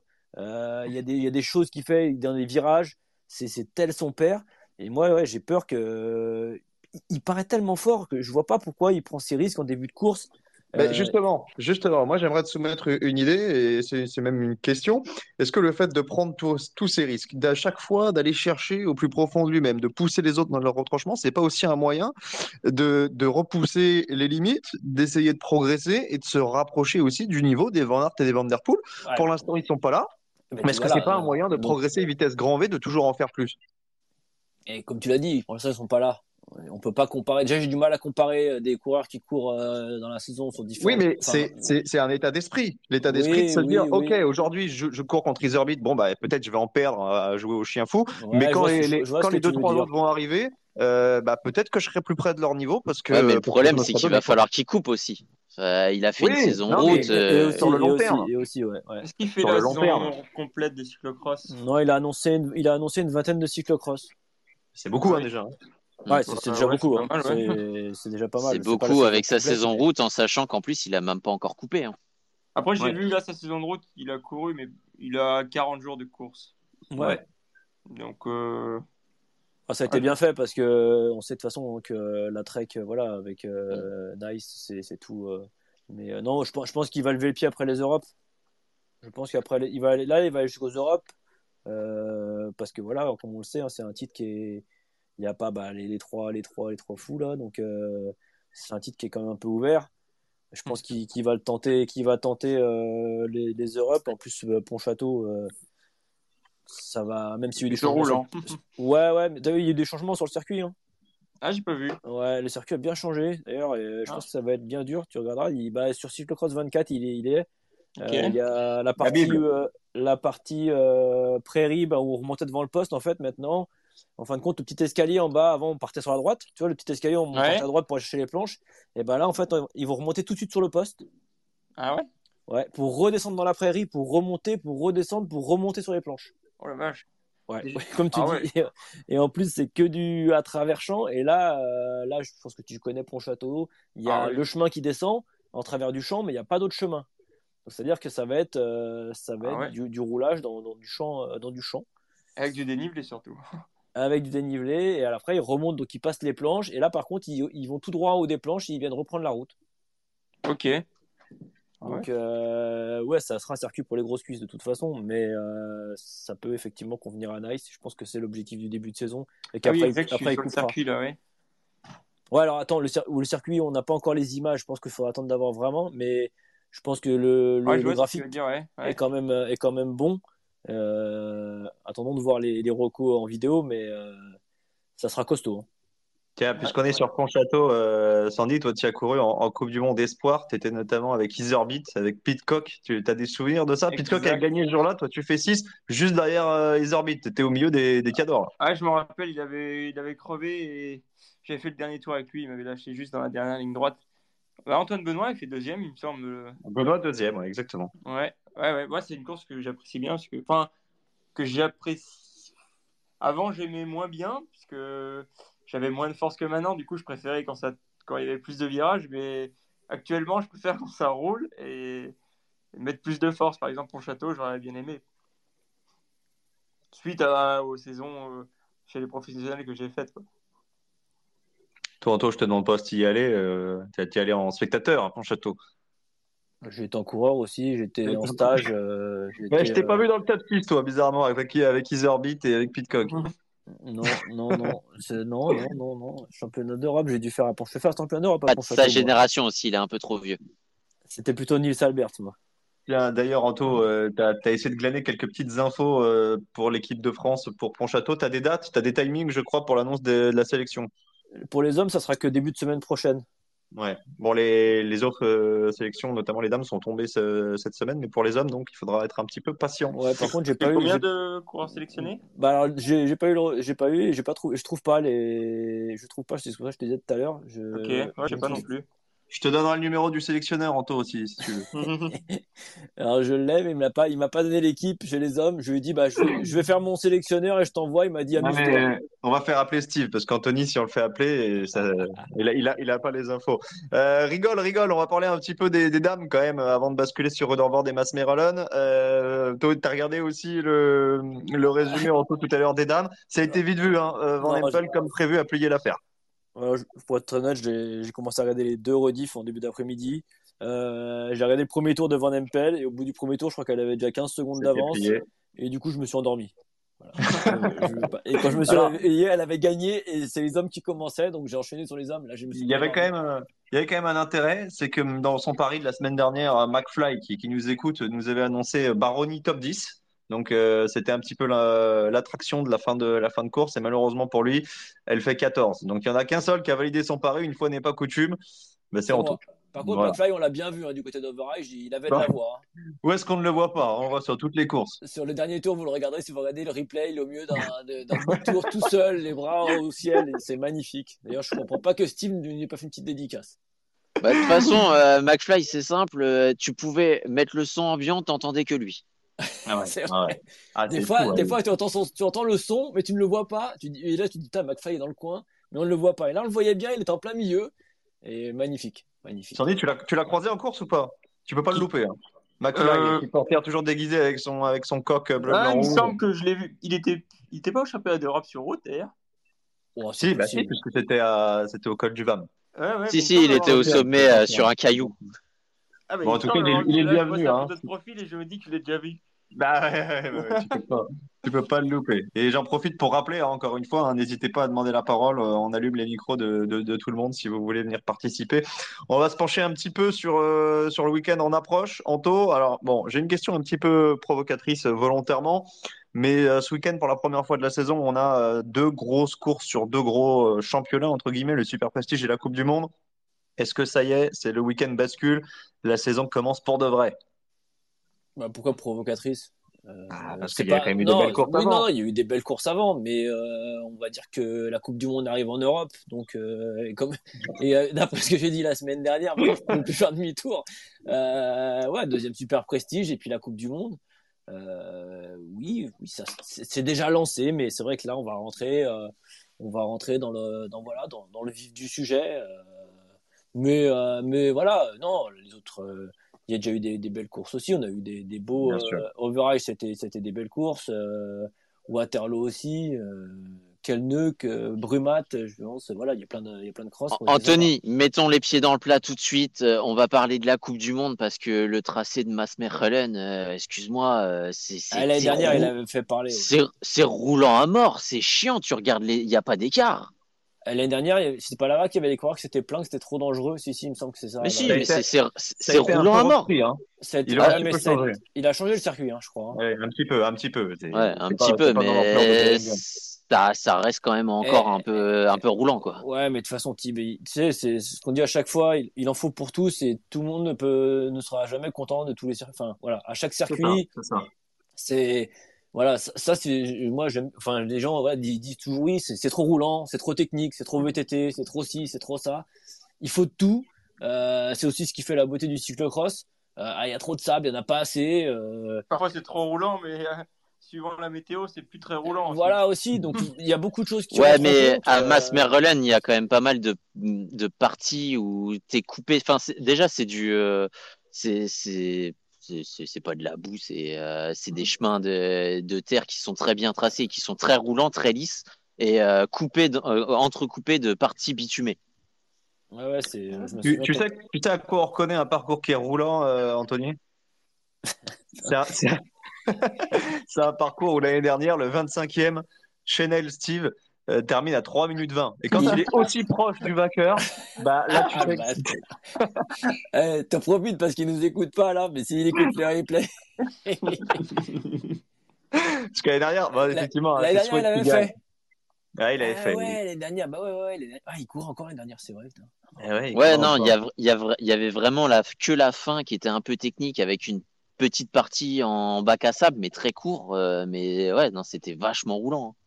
Speaker 6: Il y a des choses qu'il fait dans les virages, c'est tel son père. Et moi, ouais, j'ai peur que. Il paraît tellement fort que je vois pas pourquoi il prend ces risques en début de course.
Speaker 4: Ben justement, moi j'aimerais te soumettre une idée et c'est même une question. Est-ce que le fait de prendre tous ces risques, d'à chaque fois d'aller chercher au plus profond de lui-même, de pousser les autres dans leur retranchement, c'est pas aussi un moyen de repousser les limites, d'essayer de progresser et de se rapprocher aussi du niveau des Van Aert et des Van Der Poel?
Speaker 6: Ouais,
Speaker 4: Pour l'instant, ils sont pas là,
Speaker 6: mais
Speaker 4: mais est-ce que c'est pas un moyen de
Speaker 6: donc,
Speaker 4: progresser vitesse grand V, de toujours en faire plus?
Speaker 6: et comme tu l'as dit, pour l'instant, ils sont pas là. On peut pas comparer. Déjà, j'ai du mal à comparer des coureurs qui courent dans la saison sur
Speaker 4: Oui,
Speaker 6: différents.
Speaker 4: mais
Speaker 6: Enfin,
Speaker 4: c'est un état d'esprit. L'état d'esprit de
Speaker 6: oui,
Speaker 4: se dire,
Speaker 6: oui,
Speaker 4: OK,
Speaker 6: oui.
Speaker 4: aujourd'hui, je cours contre Iserbyt. Bon, bah, peut-être je vais en perdre à jouer au chien fou. Mais
Speaker 6: Ouais,
Speaker 4: quand
Speaker 6: je vois
Speaker 4: quand
Speaker 6: ce que
Speaker 4: les
Speaker 6: tu
Speaker 4: deux,
Speaker 6: veux
Speaker 4: trois
Speaker 6: dire.
Speaker 4: autres vont arriver, bah, peut-être que je serai plus près de leur niveau
Speaker 7: Ouais, mais le
Speaker 4: parce que je
Speaker 7: problème,
Speaker 4: me
Speaker 7: c'est
Speaker 4: serai
Speaker 7: qu'il
Speaker 4: donné,
Speaker 7: va
Speaker 4: quoi.
Speaker 7: falloir qu'il coupe aussi. Il a fait une
Speaker 4: Oui,
Speaker 7: saison
Speaker 4: non, mais
Speaker 7: route.
Speaker 4: sur le long terme.
Speaker 6: Et aussi, ouais.
Speaker 5: Est-ce qu'il fait
Speaker 4: Sur le
Speaker 5: la
Speaker 4: long terme.
Speaker 5: saison complète des cyclocross?
Speaker 6: Non, il a annoncé une vingtaine de cyclocross.
Speaker 4: C'est beaucoup,
Speaker 5: Ah
Speaker 4: hein,
Speaker 5: oui.
Speaker 4: déjà.
Speaker 6: Ouais,
Speaker 7: Mm.
Speaker 6: c'est déjà
Speaker 5: Ouais, c'est
Speaker 6: beaucoup,
Speaker 5: pas
Speaker 6: hein.
Speaker 5: mal, ouais.
Speaker 6: C'est déjà pas
Speaker 7: C'est
Speaker 6: mal. C'est pas la
Speaker 7: beaucoup
Speaker 6: saison
Speaker 7: avec sa
Speaker 6: complète,
Speaker 7: saison
Speaker 6: mais.
Speaker 7: route, en sachant qu'en plus, il a même pas encore coupé, hein.
Speaker 5: Après, j'ai
Speaker 4: Ouais.
Speaker 5: vu là sa saison de route, il a couru, mais il a 40 jours de course.
Speaker 6: Ouais.
Speaker 5: Donc,
Speaker 6: Ah, ça a été
Speaker 5: ouais,
Speaker 6: bien fait parce que on sait de toute façon que la Trek, voilà, avec Nice, c'est tout. Mais non, je pense qu'il va lever le pied après les Europes. Je pense qu'après, il va aller jusqu'aux Europes parce que voilà, comme on le sait, hein, c'est un titre qui est, il n'y a pas les trois fous là, donc c'est un titre qui est quand même un peu ouvert. Je pense qu'il va le tenter, les Europes. En plus, Pontchâteau, ça va, même s'il y a eu des
Speaker 5: il se
Speaker 6: changements
Speaker 5: roule, hein.
Speaker 6: Ouais, mais t'as vu, il y a eu des changements sur le circuit, hein.
Speaker 5: Ah, j'ai pas vu.
Speaker 6: Ouais, le circuit a bien changé. D'ailleurs, je
Speaker 5: Ah,
Speaker 6: pense que ça va être bien dur. Tu regarderas, sur Cyclocross 24, il est.
Speaker 5: ok.
Speaker 6: Il y a
Speaker 4: La Bible.
Speaker 6: la partie prairie, bah, où on remontait devant le poste, en fait, maintenant. En fin de compte, le petit escalier en bas, avant, on partait sur la droite. Tu vois, le petit escalier, on partait
Speaker 5: Ouais.
Speaker 6: à droite pour aller chercher les planches. Et ben là, en fait, ils vont remonter tout de suite sur le poste.
Speaker 5: Ah ouais?
Speaker 6: Ouais, pour redescendre dans la prairie, pour remonter, pour redescendre, pour remonter sur les planches.
Speaker 5: Oh la vache.
Speaker 6: Ouais,
Speaker 5: Déjà-
Speaker 6: comme tu
Speaker 5: Ah
Speaker 6: dis.
Speaker 5: ouais.
Speaker 6: Et en plus, c'est que du à travers champ. Et là, je pense que tu connais Pontchâteau. Il y
Speaker 5: Ah
Speaker 6: a
Speaker 5: oui.
Speaker 6: le chemin qui descend en travers du champ, mais il n'y a pas d'autre chemin. Donc, c'est-à-dire que ça va être
Speaker 5: Ah ouais.
Speaker 6: du roulage dans du champ,
Speaker 5: Avec du dénivelé surtout.
Speaker 6: avec du dénivelé. Et après, ils remontent, donc ils passent les planches. Et là, par contre, ils vont tout droit en haut des planches et ils viennent reprendre la route.
Speaker 5: Ok. Ah ouais.
Speaker 6: Donc, ouais, ça sera un circuit pour les grosses cuisses de toute façon, mais ça peut effectivement convenir à Nice. Je pense que c'est l'objectif du début de saison et
Speaker 5: Ah oui,
Speaker 6: qu'après,
Speaker 5: exact, je suis
Speaker 6: après il
Speaker 5: sur le
Speaker 6: coupera.
Speaker 5: circuit là, ouais.
Speaker 6: Ouais, alors attends, le circuit, on n'a pas encore les images. Je pense qu'il faudra attendre d'avoir vraiment, mais je pense que
Speaker 5: Ouais, je
Speaker 6: le
Speaker 5: vois ce que tu veux
Speaker 6: graphique
Speaker 5: dire, ouais.
Speaker 6: est quand même bon. Attendons de voir les recos en vidéo, mais ça sera costaud, hein.
Speaker 4: Tiens, puisqu'on est sur Pontchâteau, Sandy, toi, tu as couru en Coupe du Monde Espoir. Tu étais notamment avec Iserbyt, avec Pidcock. Tu as des souvenirs de ça? Pidcock a
Speaker 5: Exact.
Speaker 4: gagné ce jour-là. Toi, tu fais 6 juste derrière Iserbyt. Tu étais au milieu des cadors, là.
Speaker 5: Ah, je me rappelle, il avait crevé et j'avais fait le dernier tour avec lui. Il m'avait lâché juste dans la dernière ligne droite. Bah, Antoine Benoît, il fait deuxième, il me semble.
Speaker 4: Benoît, deuxième, ouais, exactement.
Speaker 5: Ouais. Moi, c'est une course que j'apprécie bien que j'apprécie. Avant, j'aimais moins bien parce que j'avais moins de force que maintenant. Du coup, je préférais quand il y avait plus de virages. Mais actuellement, je préfère quand ça roule et mettre plus de force. Par exemple, Pontchâteau, j'aurais bien aimé. Suite aux saisons chez les professionnels que j'ai faites, quoi.
Speaker 4: Toi, Anto, je te demande pas si y aller. Tu es allé en spectateur à Pontchâteau.
Speaker 6: J'ai été en coureur aussi, j'étais en stage.
Speaker 4: Ouais, je t'ai pas vu dans le top 6, toi, bizarrement, avec Iserbyt et avec Pidcock.
Speaker 6: Non. Championnat d'Europe, j'ai dû faire à Pontchâteau. Je fais un championnat d'Europe à
Speaker 7: Pas de
Speaker 6: Pontchâteau.
Speaker 7: sa génération aussi, il est un peu trop vieux.
Speaker 6: C'était plutôt Nils Albert, moi.
Speaker 4: Tiens, d'ailleurs, Anto, tu as essayé de glaner quelques petites infos pour l'équipe de France pour Pontchâteau. Tu as des dates, tu as des timings, je crois, pour l'annonce de la sélection.
Speaker 6: Pour les hommes, ça sera que début de semaine prochaine.
Speaker 4: Ouais. Bon, les autres sélections, notamment les dames, sont tombées cette semaine, mais pour les hommes, donc, il faudra être un petit peu patient.
Speaker 6: Ouais, par contre, j'ai pas eu.
Speaker 5: Combien de coureurs sélectionnés?
Speaker 6: Bah alors, j'ai pas eu, j'ai pas trouvé, je trouve pas, c'est pour ça que je te disais tout à l'heure.
Speaker 5: Ok, ouais, j'ai pas non plus.
Speaker 4: Je te donnerai le numéro du sélectionneur, Anto, aussi, si tu veux.
Speaker 6: Alors je l'ai, mais il m'a pas donné l'équipe chez les hommes. Je lui ai dit, je vais faire mon sélectionneur et je t'envoie. Il m'a dit,
Speaker 4: Non,
Speaker 6: amuse-toi.
Speaker 4: mais on va faire appeler Steve, parce qu'Anthony, si on le fait appeler, il a pas les infos. Rigole, on va parler un petit peu des dames quand même, avant de basculer sur Ruddervoort et Mass Merelon. Toi, t'as regardé aussi le résumé Anto tout à l'heure des dames. Ça a été vite vu, hein. Van
Speaker 6: Non,
Speaker 4: Empel, comme prévu, a plié l'affaire.
Speaker 6: Pour être très honnête, j'ai commencé à regarder les 2 rediffs en début d'après-midi. J'ai regardé le premier tour de Van Empel et au bout du premier tour, je crois qu'elle avait déjà 15 secondes d'avance. Et du coup, je me suis endormi. Voilà. Et quand je me suis réveillé, elle avait gagné et c'est les hommes qui commençaient, donc j'ai enchaîné sur les hommes. Là,
Speaker 4: il y avait quand même un intérêt, c'est que dans son pari de la semaine dernière, McFly, qui nous écoute, nous avait annoncé Baroni top 10. Donc c'était un petit peu l'attraction de la fin de course et malheureusement pour lui, elle fait 14. Donc il y en a qu'un seul qui a validé son pari, une fois n'est pas coutume, ben, c'est Anto.
Speaker 6: Par contre,
Speaker 4: voilà.
Speaker 6: McFly, on l'a bien vu, hein, du côté d'Overage, il avait de la voix. Hein.
Speaker 4: Où est-ce qu'on ne le voit pas? On le voit sur toutes les courses.
Speaker 6: Sur le dernier tour, vous le regarderez, si vous regardez le replay, il est au milieu d'un tour tout seul, les bras au ciel, et c'est magnifique. D'ailleurs, je comprends pas que Steve n'ait pas fait une petite dédicace.
Speaker 7: Bah, de toute façon, McFly, c'est simple, tu pouvais mettre le son ambiant, t'entendais que lui.
Speaker 4: Ah ouais,
Speaker 6: c'est vrai.
Speaker 4: Ouais. Ah,
Speaker 6: des fois, tu entends le son, mais tu ne le vois pas. Et là, tu te dis, McFly est dans le coin, mais on ne le voit pas. Et là, on le voyait bien, il était en plein milieu. Et magnifique.
Speaker 4: Sandy, tu l'as croisé en course ou pas? Tu peux pas le louper. Hein. McFly, qui portait toujours déguisé avec son coq bleu blanc
Speaker 5: il me
Speaker 4: rouge.
Speaker 5: semble que je l'ai vu. Il était pas au championnat d'Europe sur route d'ailleurs.
Speaker 4: Oh, si, puisque c'était au col du Vam.
Speaker 5: Ouais,
Speaker 7: il était au sommet sur un caillou.
Speaker 5: Ah,
Speaker 4: bon, en tout cas, il est bienvenu.
Speaker 5: Je vois sa photo de profil et je me dis que je l'ai déjà vu.
Speaker 4: Bah ouais, tu peux pas le louper. Et j'en profite pour rappeler, hein, encore une fois, hein, n'hésitez pas à demander la parole. On allume les micros de tout le monde si vous voulez venir participer. On va se pencher un petit peu sur le week-end en approche. Anto, alors bon, j'ai une question un petit peu provocatrice volontairement, mais ce week-end, pour la première fois de la saison, on a 2 grosses courses sur 2 gros championnats, entre guillemets, le Super Prestige et la Coupe du Monde. Est-ce que ça y est, c'est le week-end bascule, la saison commence pour de vrai?
Speaker 6: Bah, pourquoi provocatrice?
Speaker 4: Parce qu'il y a quand même eu des belles courses avant.
Speaker 6: Non, il y a eu des belles courses avant, mais on va dire que la Coupe du Monde arrive en Europe, donc d'après ce que j'ai dit la semaine dernière, je ne peux plus faire demi-tour. Ouais, deuxième Super Prestige et puis la Coupe du Monde. Oui, ça c'est déjà lancé, mais c'est vrai que là on va rentrer dans le vif du sujet. Mais voilà, non, les autres. Il y a déjà eu des belles courses aussi. On a eu des beaux Overage, c'était des belles courses. Waterloo aussi. Kelneuk, Brumat. Voilà, il y a plein de crosses.
Speaker 7: Anthony, mettons les pieds dans le plat tout de suite. On va parler de la Coupe du Monde parce que le tracé de Mass Merelon, excuse-moi,
Speaker 6: l'année dernière, il avait fait parler.
Speaker 7: C'est roulant à mort. C'est chiant. Tu regardes il n'y a pas d'écart.
Speaker 6: L'année dernière, c'était pas là-bas qu'il y avait les coureurs que c'était plein, que c'était trop dangereux. Si, il me semble que c'est ça.
Speaker 7: Mais si, mais c'est roulant à mort.
Speaker 4: Hein.
Speaker 6: Il a changé le circuit, hein, je crois. Hein.
Speaker 4: Ouais, un petit peu.
Speaker 7: Ouais, un petit peu, mais ça reste quand même encore un peu roulant, quoi.
Speaker 6: Ouais, mais de toute façon, tu sais, c'est ce qu'on dit à chaque fois, il en faut pour tous et tout le monde ne sera jamais content de tous les circuits. Enfin, voilà, à chaque circuit,
Speaker 4: C'est ça.
Speaker 6: c'est, voilà, ça c'est, moi, les gens, ouais, disent toujours oui, c'est trop roulant, c'est trop technique, c'est trop VTT, c'est trop ci, c'est trop ça. Il faut de tout. C'est aussi ce qui fait la beauté du cyclocross. Il y a trop de sable, il n'y en a pas assez.
Speaker 5: Parfois, c'est trop roulant, mais suivant la météo, c'est plus très roulant.
Speaker 6: Voilà aussi, donc il y a beaucoup de choses qui
Speaker 7: Ouais,
Speaker 6: rentrent en
Speaker 7: mais
Speaker 6: compte.
Speaker 7: à Maasmechelen, il y a quand même pas mal de parties où t'es coupé. Enfin, déjà, c'est pas de la boue, c'est des chemins de terre qui sont très bien tracés, qui sont très roulants, très lisses et entrecoupés de parties bitumées.
Speaker 6: Ouais, je me
Speaker 4: Tu,
Speaker 6: souviens.
Speaker 4: tu sais à quoi on reconnaît un parcours qui est roulant, Anthony? C'est un, c'est un- c'est un parcours où l'année dernière, le 25e, Chanel Steve termine à 3 minutes 20. Et quand il est aussi proche du vainqueur, bah là tu sais
Speaker 6: T'en profites parce qu'il nous écoute pas là, mais s'il écoute les replays.
Speaker 4: parce qu'année dernière, bah, effectivement,
Speaker 6: L'année
Speaker 4: c'est
Speaker 6: dernière, il
Speaker 4: Sweat qui
Speaker 6: avait
Speaker 4: gagne.
Speaker 6: fait.
Speaker 4: Ouais, il avait fait.
Speaker 6: Ouais, l'année dernière, bah ouais, il court encore l'année dernière, c'est vrai. Putain.
Speaker 7: Ouais, non, il y avait vraiment que la fin qui était un peu technique avec une petite partie en bac à sable, mais très court. Mais ouais, non, c'était vachement roulant, hein.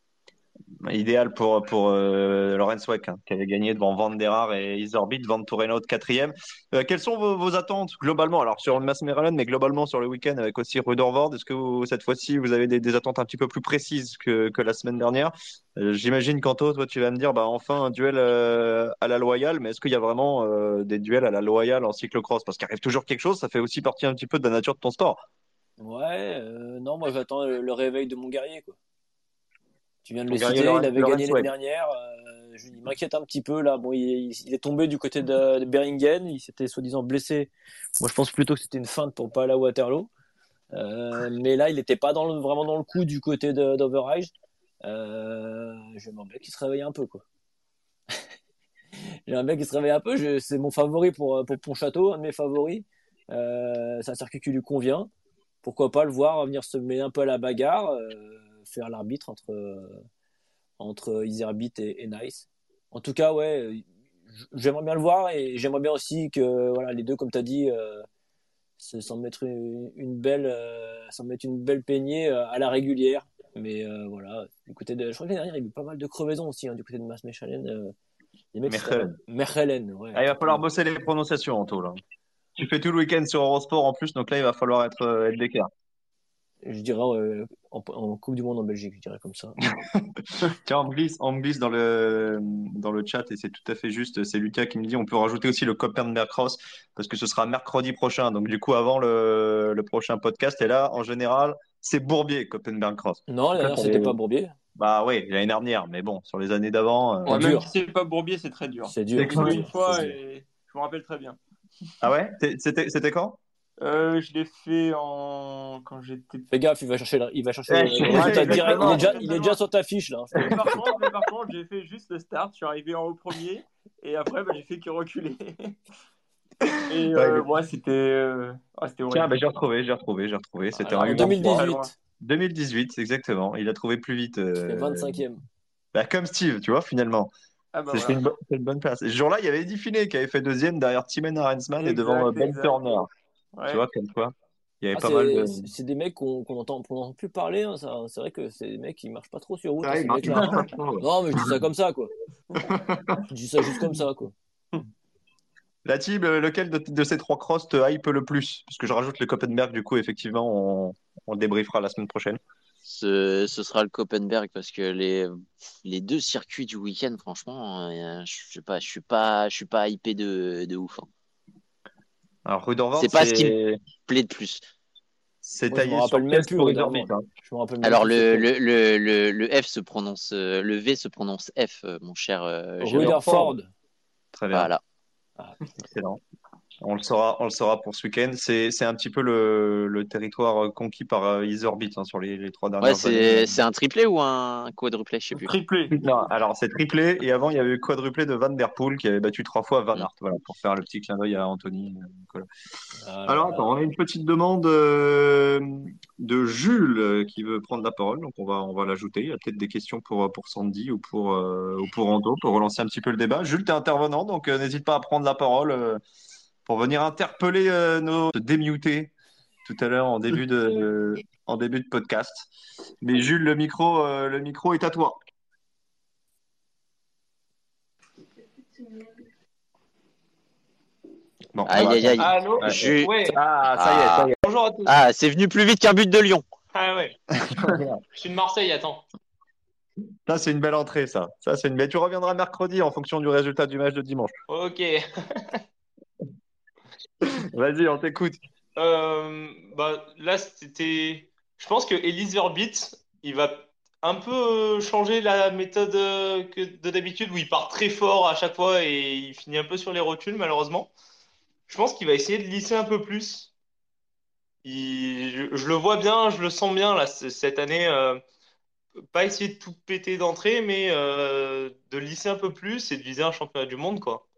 Speaker 4: Idéal pour Lorenz Weck, hein, qui avait gagné devant Van der Haar et Isorbit, Van Toreno de quatrième. Quelles sont vos attentes globalement? Alors sur le Maasmechelen, mais globalement sur le week-end avec aussi Ruddervoort, est-ce que cette fois-ci vous avez des attentes un petit peu plus précises que la semaine dernière? J'imagine qu'Anto, toi tu vas me dire, bah enfin un duel à la loyale, mais est-ce qu'il y a vraiment des duels à la loyale en cyclocross? Parce qu'il arrive toujours quelque chose, ça fait aussi partie un petit peu de la nature de ton sport.
Speaker 6: Ouais, non, moi j'attends le réveil de mon guerrier, quoi. Tu viens de
Speaker 4: Ton
Speaker 6: le
Speaker 4: guerrier
Speaker 6: citer, il avait gagné
Speaker 4: Lorenz
Speaker 6: l'année
Speaker 4: Weck.
Speaker 6: dernière. Il m'inquiète un petit peu là. Bon, il est tombé du côté de Beringen, il s'était soi-disant blessé. Moi je pense plutôt que c'était une feinte pour pas aller à Waterloo. Mais là, il n'était pas vraiment dans le coup du côté d'Overhage. J'aimerais bien qu'il se réveille un peu, quoi. J'aimerais bien qu'il se réveille un peu. C'est mon favori pour Pontchâteau, un de mes favoris. C'est un circuit qui lui convient. Pourquoi pas le voir venir se mêler un peu à la bagarre, faire l'arbitre entre Iserbit et Nice. En tout cas, ouais, j'aimerais bien le voir et j'aimerais bien aussi que voilà, les deux, comme tu as dit, s'en mettre s'en mettre une belle peignée à la régulière. Mais voilà, du côté je crois que l'année dernière, il y a eu pas mal de crevaisons aussi, hein, du côté de Maasmechelen. Les mecs,
Speaker 4: Mechelen.
Speaker 6: Mechelen, ouais.
Speaker 4: Ah, il va falloir bosser les prononciations, Anto, là. Tu fais tout le week-end sur Eurosport en plus, donc là, il va falloir être d'équerre.
Speaker 6: Je dirais en Coupe du Monde en Belgique, je dirais comme ça.
Speaker 4: Tiens, on me glisse dans le chat et c'est tout à fait juste. C'est Lucas qui me dit on peut rajouter aussi le Koppenberg Cross parce que ce sera mercredi prochain. Donc, du coup, avant le prochain podcast. Et là, en général, c'est Bourbier, Koppenberg Cross.
Speaker 6: Non, l'année dernière, c'était pas Bourbier.
Speaker 4: Bah oui, l'année dernière, mais bon, sur les années d'avant.
Speaker 5: Ouais,
Speaker 6: dur.
Speaker 5: même si c'est pas Bourbier, c'est très dur.
Speaker 6: C'est dur.
Speaker 5: J'ai fait une
Speaker 6: dur,
Speaker 5: fois
Speaker 6: c'est dur.
Speaker 5: et je me rappelle très bien.
Speaker 4: Ah ouais? C'était quand?
Speaker 5: Je l'ai fait quand j'étais.
Speaker 6: Fais gaffe, il va chercher
Speaker 4: Ouais,
Speaker 6: le résultat direct.
Speaker 5: exactement.
Speaker 6: Il est déjà sur ta fiche là.
Speaker 5: Mais par contre, j'ai fait juste le start. Je suis arrivé en haut premier et après, bah, j'ai fait que reculer. Et ouais, c'était horrible.
Speaker 4: Tiens, bah, j'ai retrouvé. C'était
Speaker 6: Alors,
Speaker 4: un
Speaker 6: en
Speaker 4: U23.
Speaker 6: 2018,
Speaker 4: 2018, exactement. Il a trouvé plus vite.
Speaker 6: il fait 25e.
Speaker 4: Bah, comme Steve, tu vois, finalement.
Speaker 5: Ah bah
Speaker 4: C'est
Speaker 5: voilà.
Speaker 4: une bonne place. Et ce jour-là, il y avait Eddie Finet qui avait fait deuxième derrière Timen Arensman et devant Ben
Speaker 5: Exact.
Speaker 4: Turner.
Speaker 5: Ouais.
Speaker 4: Tu vois, comme quoi. Il y avait pas mal de.
Speaker 6: C'est des mecs qu'on n'entend plus parler. Hein, ça. C'est vrai que c'est des mecs qui marchent pas trop sur route.
Speaker 4: Ouais,
Speaker 6: Ces
Speaker 4: il marche
Speaker 6: mecs-là, hein.
Speaker 4: pas trop, ouais.
Speaker 6: Non, mais je dis ça comme ça, quoi. Je dis ça juste comme ça, quoi.
Speaker 4: La team, lequel de ces trois crosses te hype le plus? Parce que je rajoute le Koppenberg, du coup, effectivement, on le débriefera la semaine prochaine.
Speaker 7: Ce sera le Koppenberg parce que les deux circuits du week-end, franchement, je sais pas, je suis pas hypé de ouf, hein.
Speaker 4: Alors, Ruddervoort,
Speaker 7: C'est pas ce qui me plaît de plus.
Speaker 4: c'est
Speaker 6: Moi, je me
Speaker 4: taillé sur
Speaker 6: rappelle même
Speaker 4: pièce
Speaker 6: plus
Speaker 4: pour
Speaker 6: Ruddervoort.
Speaker 4: Isorbit, hein.
Speaker 6: Je me rappelle même
Speaker 7: Alors
Speaker 6: plus c'était
Speaker 7: le F se prononce, le V se prononce F, mon cher Jérôme.
Speaker 6: Rutherford.
Speaker 4: Très bien.
Speaker 7: Voilà.
Speaker 4: Excellent. On le saura pour ce week-end. C'est un petit peu le territoire conquis par Isorbit, hein, sur les 3 dernières
Speaker 7: Ouais,
Speaker 4: années.
Speaker 7: c'est un triplé ou un quadruplé, je sais plus.
Speaker 5: Triplé.
Speaker 4: Non, alors c'est triplé et avant il y avait eu quadruplé de Van Der Poel qui avait battu 3 fois Van Aert. Voilà, pour faire le petit clin d'œil à Anthony. Nicolas. Alors attends, on a une petite demande. Jules qui veut prendre la parole. Donc, on va l'ajouter. Il y a peut-être des questions pour Sandy ou pour Anto pour relancer un petit peu le débat. Jules, tu es intervenant, donc n'hésite pas à prendre la parole pour venir interpeller nos démutés tout à l'heure en début de podcast. Mais Jules, le micro est à toi. Bon,
Speaker 7: Aïe.
Speaker 8: Allô?
Speaker 7: Ouais.
Speaker 8: Ouais.
Speaker 4: ça y est.
Speaker 8: Bonjour à tous.
Speaker 7: Ah, c'est venu plus vite qu'un but de Lyon.
Speaker 8: Ah ouais. Je suis de Marseille, attends.
Speaker 4: Ça, c'est une belle entrée, ça. Mais tu reviendras mercredi en fonction du résultat du match de dimanche.
Speaker 8: Ok.
Speaker 4: Vas-y, on t'écoute.
Speaker 8: Là, c'était. Je pense que Elise Verbit, il va un peu changer la méthode que de d'habitude où il part très fort à chaque fois et il finit un peu sur les rotules, malheureusement. Je pense qu'il va essayer de lisser un peu plus. Je le vois bien, je le sens bien là cette année. Pas essayer de tout péter d'entrée, mais de lisser un peu plus et de viser un championnat du monde, quoi.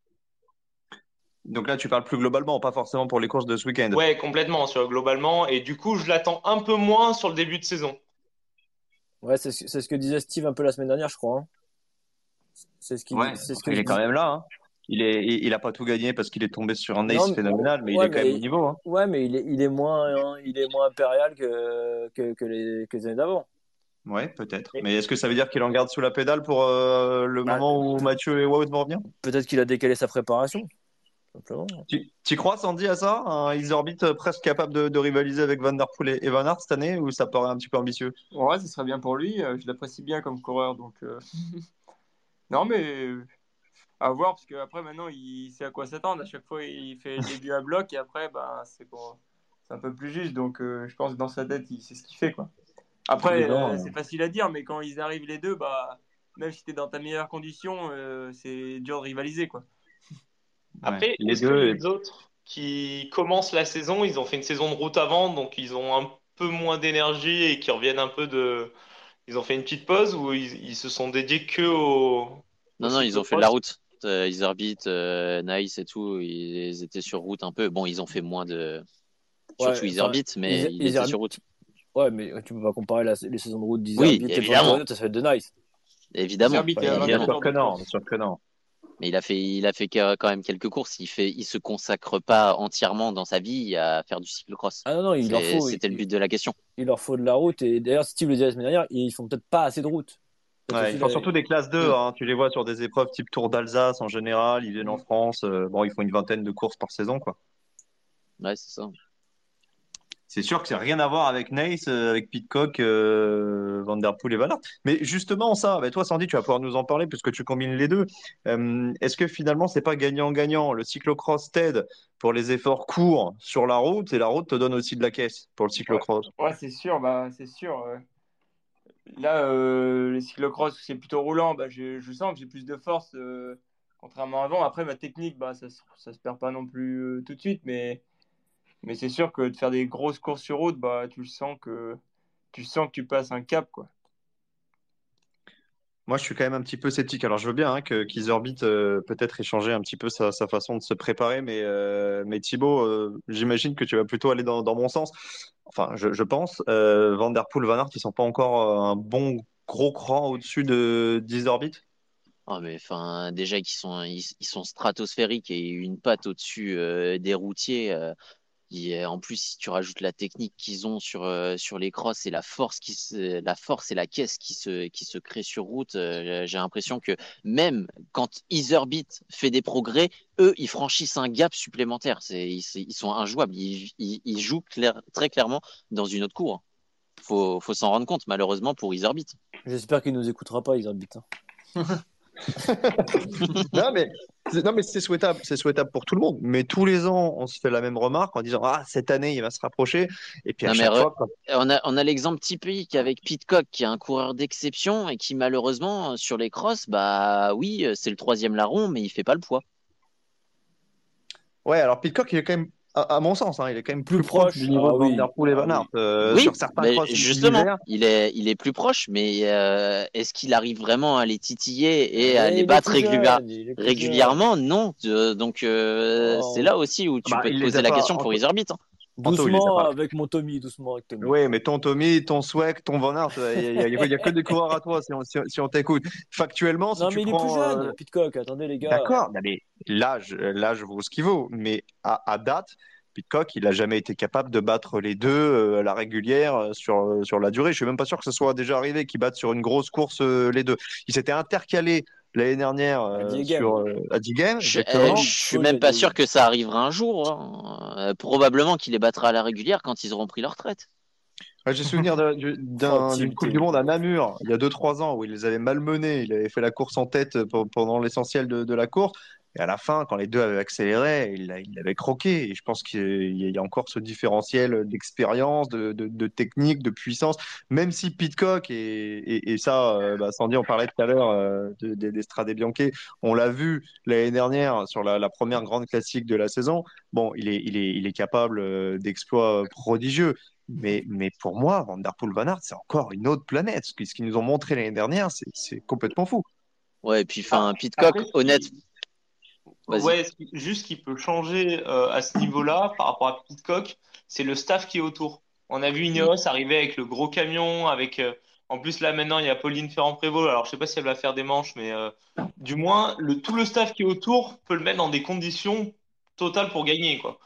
Speaker 4: Donc là, tu parles plus globalement, pas forcément pour les courses de ce week-end.
Speaker 8: Ouais, complètement, globalement. Et du coup, je l'attends un peu moins sur le début de saison.
Speaker 6: Ouais, c'est ce que disait Steve un peu la semaine dernière, je crois. Hein. C'est ce qu'il
Speaker 4: Ouais,
Speaker 6: c'est ce que
Speaker 4: il
Speaker 6: je
Speaker 4: est quand
Speaker 6: dis.
Speaker 4: même là. Hein. Il a pas tout gagné parce qu'il est tombé sur un
Speaker 6: Non,
Speaker 4: ace
Speaker 6: mais-
Speaker 4: phénoménal, mais il
Speaker 6: ouais,
Speaker 4: est quand même au niveau. Hein.
Speaker 6: ouais, mais il est moins, hein, il est moins impérial que les années d'avant.
Speaker 4: Ouais, peut-être.
Speaker 6: Mais-
Speaker 4: Mais est-ce que ça veut dire qu'il en garde sous la pédale pour le
Speaker 6: Bah,
Speaker 4: moment où Mathieu et Wout vont revenir?
Speaker 6: peut-être qu'il a décalé sa préparation, simplement.
Speaker 4: Tu crois, Sandy, à ça? Un Isorbit presque capable de rivaliser avec Van Der Poel et Van Aert cette année, ou ça paraît un petit peu ambitieux?
Speaker 5: Ouais, ce serait bien pour lui. Je l'apprécie bien comme coureur. Donc, non, mais à voir, parce qu'après, maintenant, il sait à quoi s'attendre. À chaque fois, il fait le début à bloc et après, ben, c'est un peu plus juste. Donc, je pense que dans sa tête, il sait ce qu'il fait, quoi. Après,
Speaker 4: Évidemment.
Speaker 5: c'est facile à dire, mais quand ils arrivent les deux, bah, même si tu es dans ta meilleure condition, c'est dur de rivaliser, quoi.
Speaker 8: Après,
Speaker 4: Les
Speaker 8: est-ce que
Speaker 4: deux.
Speaker 8: les autres qui commencent la saison, ils ont fait une saison de route avant, donc ils ont un peu moins d'énergie et qui reviennent un peu de. Ils ont fait une petite pause ou ils se sont dédiés que au
Speaker 7: Non, ils ont fait de
Speaker 8: cyclocross?
Speaker 7: la route. Iserbit, Nice et tout, ils étaient sur route un peu. Bon, ils ont fait moins de.
Speaker 6: Ouais,
Speaker 7: Surtout
Speaker 6: enfin,
Speaker 7: Iserbit, mais il était sur route.
Speaker 6: ouais, mais tu peux pas comparer les saisons de route
Speaker 7: Oui,
Speaker 6: d'Iserbit et
Speaker 7: évidemment.
Speaker 6: Pontonieux, ça fait de Nice.
Speaker 7: Évidemment.
Speaker 5: Zerbit est à
Speaker 6: Bien
Speaker 5: 20
Speaker 4: Bien sûr
Speaker 5: jours
Speaker 4: que
Speaker 5: de
Speaker 4: non,
Speaker 5: course.
Speaker 4: bien sûr que non.
Speaker 7: Mais il a fait quand même quelques courses. Il se consacre pas entièrement dans sa vie à faire du cyclocross.
Speaker 6: Ah non,
Speaker 7: C'était le but de la question.
Speaker 6: il leur faut de la route. Et d'ailleurs, Steve le disait la semaine dernière, ils font peut-être pas assez de route. Peut-être
Speaker 4: Ouais,
Speaker 6: aussi
Speaker 4: ils font
Speaker 6: la-
Speaker 4: surtout des classes 2. Hein. Tu les vois sur des épreuves type Tour d'Alsace en général. Ils viennent en France. Bon, ils font une vingtaine de courses par saison, quoi.
Speaker 7: Ouais, c'est ça.
Speaker 4: C'est sûr que c'est rien à voir avec Nice, avec Pidcock, Van Der Poel et Van Aert. Mais justement, ça, toi, Sandy, tu vas pouvoir nous en parler puisque tu combines les deux. Est-ce que finalement, c'est pas gagnant-gagnant? Le cyclocross t'aide pour les efforts courts sur la route et la route te donne aussi de la caisse pour le
Speaker 5: Ouais,
Speaker 4: cyclocross.
Speaker 5: ouais, c'est sûr, c'est sûr. Là, les cyclocross, c'est plutôt roulant. Bah, je sens que j'ai plus de force, contrairement à avant. Après, ma technique, bah, ça se perd pas non plus tout de suite, mais c'est sûr que de faire des grosses courses sur route, bah, tu sens que tu passes un cap, quoi.
Speaker 4: Moi, je suis quand même un petit peu sceptique. Alors, je veux bien qu'Iserbit peut-être échanger un petit peu sa façon de se préparer, mais Thibaut, j'imagine que tu vas plutôt aller dans mon sens. Enfin, je pense. Van Der Poel, Van Aert, ils sont pas encore un bon gros cran au-dessus de d'Iserbit.
Speaker 7: Ah, mais enfin, déjà ils sont stratosphériques et une patte au-dessus des routiers. En plus, si tu rajoutes la technique qu'ils ont sur les crosses et la force et la caisse qui se crée sur route, j'ai l'impression que même quand Iserbit fait des progrès, eux, ils franchissent un gap supplémentaire. Ils sont injouables. Ils jouent très clairement dans une autre cour. Faut s'en rendre compte, malheureusement, pour Iserbit.
Speaker 6: J'espère qu'il nous écoutera pas, Iserbit. Hein.
Speaker 4: Non, mais c'est souhaitable pour tout le monde. Mais tous les ans, on se fait la même remarque en disant, ah, cette année, il va se rapprocher. Et puis à
Speaker 7: Non, mais
Speaker 4: chaque fois,
Speaker 7: on a l'exemple typique avec Pidcock, qui est un coureur d'exception et qui, malheureusement, sur les crosses, bah oui, c'est le 3e larron, mais il fait pas le poids.
Speaker 4: ouais, alors Pidcock, il est quand même, à mon sens, hein, il est quand même plus
Speaker 6: Plus
Speaker 4: proche
Speaker 6: proche.
Speaker 4: du niveau
Speaker 6: Ah
Speaker 4: de Van
Speaker 6: oui.
Speaker 4: Der Poel et Van
Speaker 6: Ah
Speaker 4: Aert.
Speaker 7: Oui,
Speaker 4: Sur certains
Speaker 7: mais
Speaker 4: crosses
Speaker 7: justement,
Speaker 4: d'hiver.
Speaker 7: il est plus proche, mais est-ce qu'il arrive vraiment à les titiller et à les
Speaker 6: il est
Speaker 7: battre
Speaker 6: plus jeune, il est plus
Speaker 7: régulièrement? Non. Donc, c'est
Speaker 6: Oh.
Speaker 7: là aussi où tu
Speaker 4: Bah,
Speaker 7: peux te
Speaker 4: il les
Speaker 7: poser
Speaker 4: a
Speaker 7: la
Speaker 4: pas.
Speaker 7: question pour Iserbit. Hein.
Speaker 4: Anto, il les a
Speaker 6: Doucement
Speaker 4: pas.
Speaker 6: avec mon Tommy, doucement avec Tommy.
Speaker 4: Oui, mais ton Tommy, ton Sweck, ton Van Aert, il y a que des coureurs à toi si on t'écoute. Factuellement, si
Speaker 6: Non,
Speaker 4: tu
Speaker 6: mais il est plus
Speaker 4: prends.
Speaker 6: jeune, Pitcock. Attendez, les gars.
Speaker 4: D'accord, non, mais l'âge vaut ce qu'il vaut. Mais à date, Pitcock, il n'a jamais été capable de battre les deux à la régulière sur la durée. Je suis même pas sûr que ce soit déjà arrivé qu'il batte sur une grosse course les deux. Il s'était intercalé l'année dernière
Speaker 6: À Diegem.
Speaker 4: à Diegem,
Speaker 7: Je
Speaker 4: exactement.
Speaker 7: suis même pas sûr que ça arrivera un jour, hein. Probablement qu'il les battra à la régulière quand ils auront pris leur retraite.
Speaker 4: Ouais, j'ai souvenir d'une Coupe du Monde à Namur, il y a 2 3 ans, où il les avait malmenés. Il avait fait la course en tête pendant l'essentiel de la course. Et à la fin, quand les deux avaient accéléré, il l'avait croqué. Et je pense qu'il y a encore ce différentiel d'expérience, de technique, de puissance. Même si Pidcock, et ça, Sandy en parlait tout à l'heure des Strade Bianche, on l'a vu l'année dernière sur la première grande classique de la saison. Bon, il est capable d'exploits prodigieux. Mais pour moi, Van der Poel, Van Aert, c'est encore une autre planète. Ce qu'ils nous ont montré l'année dernière, c'est complètement fou.
Speaker 7: Ouais, et puis, Pitcock,
Speaker 8: Après,
Speaker 7: honnête. Vas-y.
Speaker 8: ouais, juste ce qui peut changer à ce niveau-là par rapport à Pitcock, c'est le staff qui est autour. On a vu Ineos arriver avec le gros camion, avec en plus là maintenant il y a Pauline Ferrand-Prévot. Alors je sais pas si elle va faire des manches, mais du moins tout le staff qui est autour peut le mettre dans des conditions totales pour gagner quoi.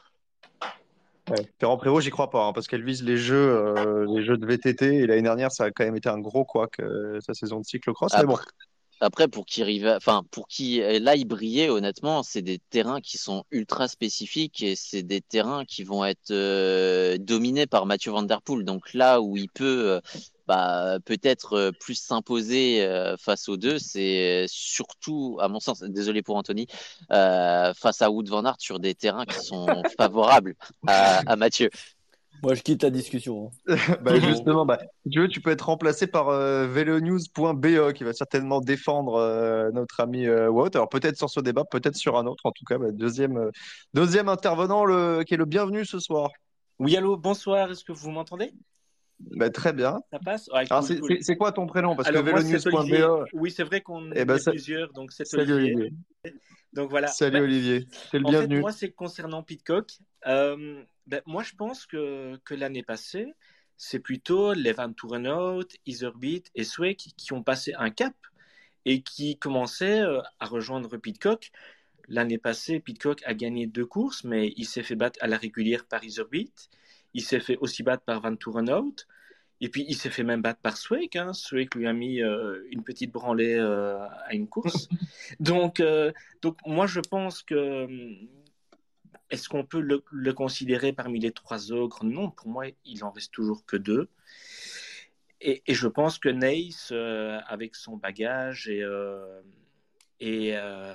Speaker 4: Ouais. Ferrand-Prévot, j'y crois pas, hein, parce qu'elle vise les jeux de VTT. Et l'année dernière, ça a quand même été un gros couac, sa saison de cyclocross. Mais bon,
Speaker 7: Après, pour qu'il aille briller, honnêtement, c'est des terrains qui sont ultra spécifiques et c'est des terrains qui vont être dominés par Mathieu Van Der Poel. Donc là où il peut peut-être plus s'imposer face aux deux, c'est surtout, à mon sens, désolé pour Anthony, face à Wout Van Aert sur des terrains qui sont favorables à Mathieu.
Speaker 6: Moi, je quitte la discussion.
Speaker 4: justement, si tu veux, tu peux être remplacé par velonews.be qui va certainement défendre notre ami Wout. Alors peut-être sur ce débat, peut-être sur un autre. En tout cas, deuxième intervenant qui est le bienvenu ce soir.
Speaker 9: Oui, allô, bonsoir, est-ce que vous m'entendez?
Speaker 4: Très bien.
Speaker 9: Ça passe? Ouais,
Speaker 4: Alors
Speaker 9: cool.
Speaker 4: c'est quoi ton prénom? Parce
Speaker 9: Alors,
Speaker 4: que
Speaker 9: moi, c'est Olivier.
Speaker 4: velonews.be.
Speaker 9: Oui, c'est vrai qu'on
Speaker 4: Eh
Speaker 9: est
Speaker 4: ben,
Speaker 9: plusieurs, donc c'est
Speaker 4: salut Olivier.
Speaker 9: Donc voilà.
Speaker 4: Salut Olivier. T'es le
Speaker 9: En fait,
Speaker 4: bienvenu.
Speaker 9: moi, c'est concernant Pidcock. Moi, je pense que l'année passée, c'est plutôt les Van Toerenhout, Iserbyt et Sweeck qui ont passé un cap et qui commençaient à rejoindre Pidcock. L'année passée, Pidcock a gagné 2 courses, mais il s'est fait battre à la régulière par Iserbyt. Il s'est fait aussi battre par Van Toerenhout. Et puis, il s'est fait même battre par Sweeck. Sweeck lui a mis une petite branlée à une course. Donc, moi, je pense que... Est-ce qu'on peut le considérer parmi les 3 ogres? Non, pour moi, il en reste toujours que 2. Et je pense que Neis, avec son bagage et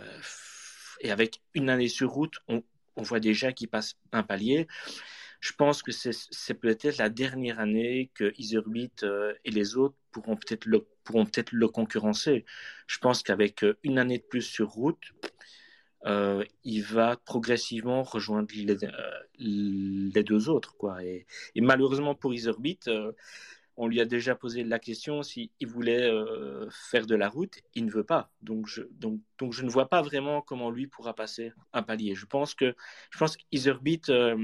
Speaker 9: avec une année sur route, on voit déjà qu'il passe un palier. Je pense que c'est peut-être la dernière année que Iserbyt et les autres pourront peut-être le concurrencer. Je pense qu'avec une année de plus sur route, il va progressivement rejoindre les 2 autres, quoi. Et malheureusement pour Iserbyt, on lui a déjà posé la question s'il voulait faire de la route. Il ne veut pas. Donc je ne vois pas vraiment comment lui pourra passer un palier. Je pense qu'Iserbyt,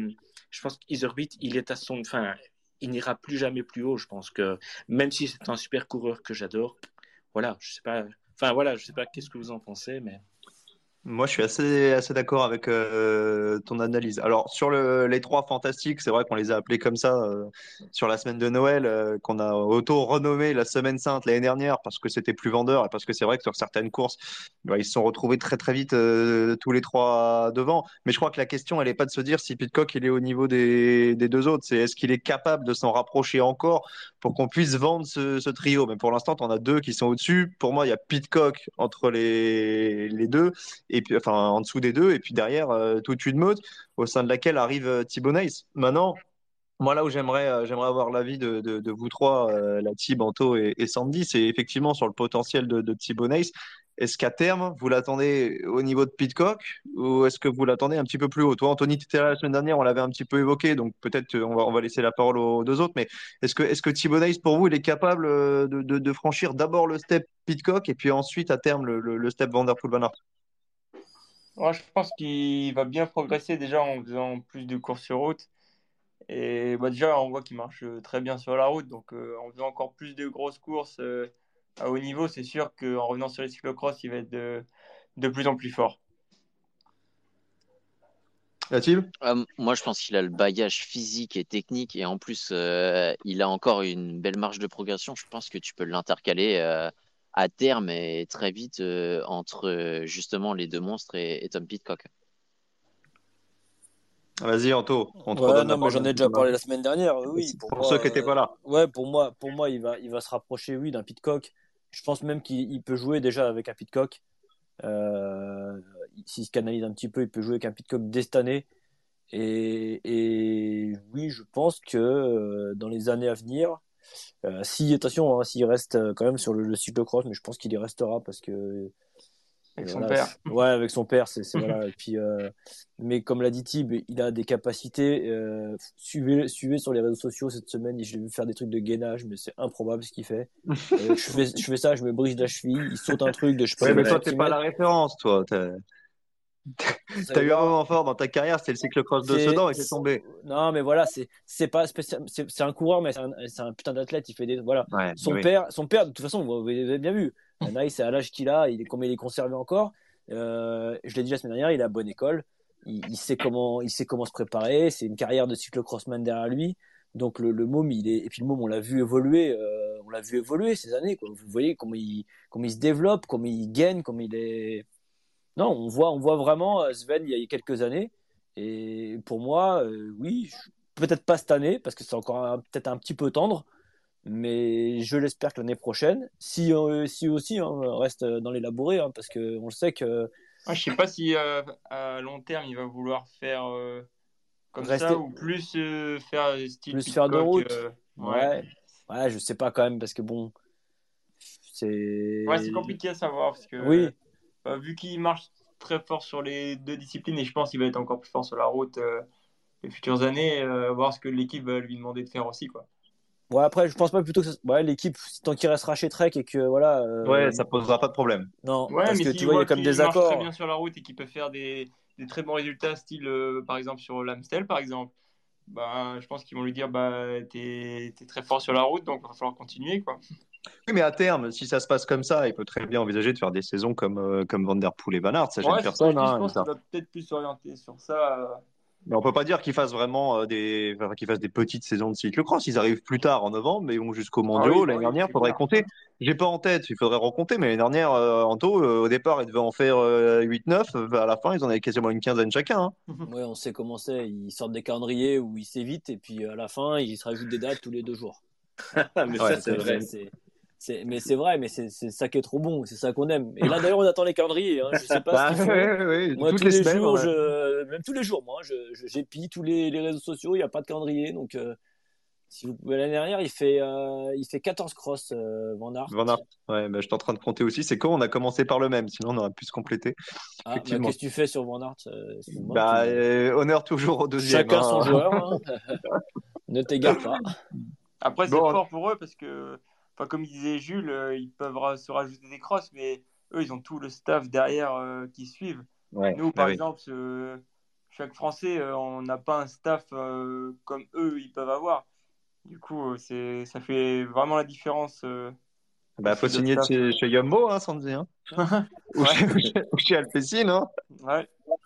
Speaker 9: il est à son... Enfin, il n'ira plus jamais plus haut. Je pense que même si c'est un super coureur que j'adore, voilà, je sais pas... Enfin, voilà, je sais pas qu'est-ce que vous en pensez, mais...
Speaker 4: Moi, je suis assez d'accord avec ton analyse. Alors, sur les 3 fantastiques, c'est vrai qu'on les a appelés comme ça sur la semaine de Noël, qu'on a auto-renommé la semaine sainte l'année dernière parce que c'était plus vendeur et parce que c'est vrai que sur certaines courses, ils se sont retrouvés très très vite tous les 3 devant. Mais je crois que la question, elle n'est pas de se dire si Pidcock il est au niveau des 2 autres, c'est est-ce qu'il est capable de s'en rapprocher encore pour qu'on puisse vendre ce trio. Mais pour l'instant, on a 2 qui sont au-dessus. Pour moi, il y a Pidcock entre les 2 et puis enfin en dessous des 2 et puis derrière toute une meute au sein de laquelle arrive Thibaut Neis. Maintenant, moi là où j'aimerais avoir l'avis de vous 3, la Thib, Anto et Sandy, c'est effectivement sur le potentiel de Thibaut Neis. Est-ce qu'à terme, vous l'attendez au niveau de Pidcock ou est-ce que vous l'attendez un petit peu plus haut? Toi, Anthony, tu étais là la semaine dernière, on l'avait un petit peu évoqué, donc peut-être on va laisser la parole aux 2 autres, mais est-ce que Thibaut Neis, pour vous, il est capable de franchir d'abord le step Pidcock et puis ensuite, à terme, le step Van der Poel Van Aert?
Speaker 5: Moi, je pense qu'il va bien progresser déjà en faisant plus de courses sur route. Et bah, déjà, on voit qu'il marche très bien sur la route. Donc, en faisant encore plus de grosses courses à haut niveau, c'est sûr qu'en revenant sur les cyclocross, il va être de plus en plus fort.
Speaker 4: A-t-il?
Speaker 7: Moi, je pense qu'il a le bagage physique et technique, et en plus, il a encore une belle marge de progression. Je pense que tu peux l'intercaler à terme et très vite entre justement les deux monstres et Tom Pidcock.
Speaker 4: Vas-y, Anto, on te
Speaker 6: Ouais,
Speaker 4: redonne la
Speaker 6: non, mais
Speaker 4: parole.
Speaker 6: j'en ai déjà parlé la semaine dernière. Oui,
Speaker 4: Pour ceux qui n'étaient pas là.
Speaker 6: ouais, pour moi, il va se rapprocher, oui, d'un Pidcock. Je pense même qu'il peut jouer déjà avec un Pidcock. S'il se canalise un petit peu, il peut jouer avec un Pidcock dès cette année. Et oui, je pense que dans les années à venir, si attention, hein, s'il reste quand même sur le cyclocross, mais je pense qu'il y restera parce que
Speaker 5: Avec son
Speaker 6: voilà,
Speaker 5: père.
Speaker 6: ouais, avec son père, c'est voilà. Et puis, mais comme l'a dit Tib, il a des capacités. Suivez sur les réseaux sociaux cette semaine, je l'ai vu faire des trucs de gainage, mais c'est improbable ce qu'il fait. Je fais ça, je me brise la cheville, il saute un truc de je sais
Speaker 4: Ouais,
Speaker 6: pas
Speaker 4: mais
Speaker 6: combien
Speaker 4: toi,
Speaker 6: de
Speaker 4: t'es pas la
Speaker 6: centimètres.
Speaker 4: référence, toi. T'as eu un moment fort dans ta carrière, c'était le cyclocross de
Speaker 6: C'est
Speaker 4: Sedan et t'es tombé.
Speaker 6: non, mais voilà, c'est pas spécial, c'est un coureur, mais c'est un putain d'athlète. Il fait des voilà.
Speaker 4: Ouais, oui.
Speaker 6: Son père, de toute façon, vous avez bien vu. Naïs, c'est à l'âge qu'il a, comme il est conservé encore. Je l'ai dit la semaine dernière, il a bonne école. Il sait comment se préparer. C'est une carrière de cyclocrossman derrière lui. Donc le môme, et puis le môme, on l'a vu évoluer ces années, quoi. Vous voyez comment il se développe, comment il gagne, comment il est. Non, on voit vraiment Sven il y a quelques années. Et pour moi, oui, peut-être pas cette année, parce que c'est encore peut-être un petit peu tendre, mais je l'espère que l'année prochaine, si aussi hein, reste dans les labourés, hein, parce qu'on le sait que
Speaker 5: Je sais pas si à long terme, il va vouloir faire comme ça
Speaker 6: rester
Speaker 5: ou plus faire style
Speaker 6: plus faire de
Speaker 5: Pidcock.
Speaker 6: route,
Speaker 5: Ouais.
Speaker 6: ouais, je sais pas quand même, parce que bon,
Speaker 5: Ouais, c'est
Speaker 6: c'est.
Speaker 5: compliqué à savoir parce que
Speaker 6: Oui,
Speaker 5: vu qu'il marche très fort sur les deux disciplines et je pense qu'il va être encore plus fort sur la route les futures années, voir ce que l'équipe va lui demander de faire aussi, quoi.
Speaker 6: bon, après, je pense pas plutôt que ouais, l'équipe, tant qu'il restera chez Trek et que voilà,
Speaker 4: Ouais, ça posera pas de problème.
Speaker 6: non,
Speaker 5: Ouais,
Speaker 6: parce
Speaker 5: mais
Speaker 6: que tu
Speaker 5: s'il
Speaker 6: vois, il y a
Speaker 5: voit
Speaker 6: comme
Speaker 5: qu'il
Speaker 6: des
Speaker 5: marche très bien
Speaker 6: accords.
Speaker 5: sur la route et qu'il peut faire des très bons résultats, style par exemple sur l'Amstel, par exemple, bah, je pense qu'ils vont lui dire bah, t'es très fort sur la route, donc il va falloir continuer, quoi.
Speaker 4: Oui, mais à terme, si ça se passe comme ça, il peut très bien envisager de faire des saisons comme Van Der Poel et Van Aert, ça gêne
Speaker 5: Ouais, c'est ce que je
Speaker 4: personne,
Speaker 5: dis, je
Speaker 4: hein,
Speaker 5: pense qu'il va peut-être plus s'orienter sur ça.
Speaker 4: Mais on peut pas dire qu'ils fassent vraiment qu'ils fassent des petites saisons de cyclocross. Ils arrivent plus tard en novembre, mais ils vont jusqu'aux
Speaker 5: Ah oui,
Speaker 4: mondiaux.
Speaker 5: bah
Speaker 4: L'année
Speaker 5: oui,
Speaker 4: dernière,
Speaker 5: c'est
Speaker 4: faudrait
Speaker 5: clair.
Speaker 4: compter. J'ai pas en tête, il faudrait recompter, mais l'année dernière, Anto, au départ, ils devaient en faire 8-9. À la fin, ils en avaient quasiment une quinzaine chacun, hein.
Speaker 6: Ouais, on sait comment c'est. Ils sortent des calendriers où ils s'évitent et puis à la fin, ils se rajoutent des dates tous les 2 jours.
Speaker 9: Mais
Speaker 4: Ouais,
Speaker 9: ça,
Speaker 6: Donc,
Speaker 9: c'est vrai.
Speaker 6: mais c'est vrai, mais c'est ça qui est trop bon, c'est ça qu'on aime. Et là, d'ailleurs, on attend les calendriers. Hein. Je sais pas ce
Speaker 4: Bah,
Speaker 6: qu'ils font.
Speaker 4: ouais, ouais,
Speaker 6: Moi,
Speaker 4: toutes
Speaker 6: tous
Speaker 4: les
Speaker 6: les
Speaker 4: semaines,
Speaker 6: jours, même tous les jours, moi, j'épie tous les réseaux sociaux. Il n'y a pas de calendrier. Donc, si vous pouvez, l'année dernière, il fait 14 crosses, Van Aert.
Speaker 4: Van Aert. Ouais, bah, j'étais en train de compter aussi. C'est quand on a commencé par le même, sinon on aurait pu se compléter.
Speaker 6: Ah, bah,
Speaker 4: Effectivement.
Speaker 6: qu'est-ce que tu fais sur Van Aert? Excuse-moi,
Speaker 4: Bah, honneur toujours au deuxième,
Speaker 6: chacun son
Speaker 4: hein.
Speaker 6: joueur. Hein. Ne t'égare pas.
Speaker 5: Après, c'est
Speaker 4: Bon,
Speaker 5: fort pour eux parce que, enfin, comme disait Jules, ils peuvent se rajouter des crosses, mais eux, ils ont tout le staff derrière qui suivent.
Speaker 4: ouais,
Speaker 5: Nous,
Speaker 4: bah
Speaker 5: par
Speaker 4: oui.
Speaker 5: exemple, chaque Français, on n'a pas un staff comme eux, ils peuvent avoir. Du coup, ça fait vraiment la différence
Speaker 4: Bah, faut
Speaker 5: aussi le
Speaker 4: signer
Speaker 5: staff.
Speaker 4: chez Yumbo, hein, Sandy, hein. Ou
Speaker 5: Ouais,
Speaker 4: chez Alpecin, hein.
Speaker 5: ouais.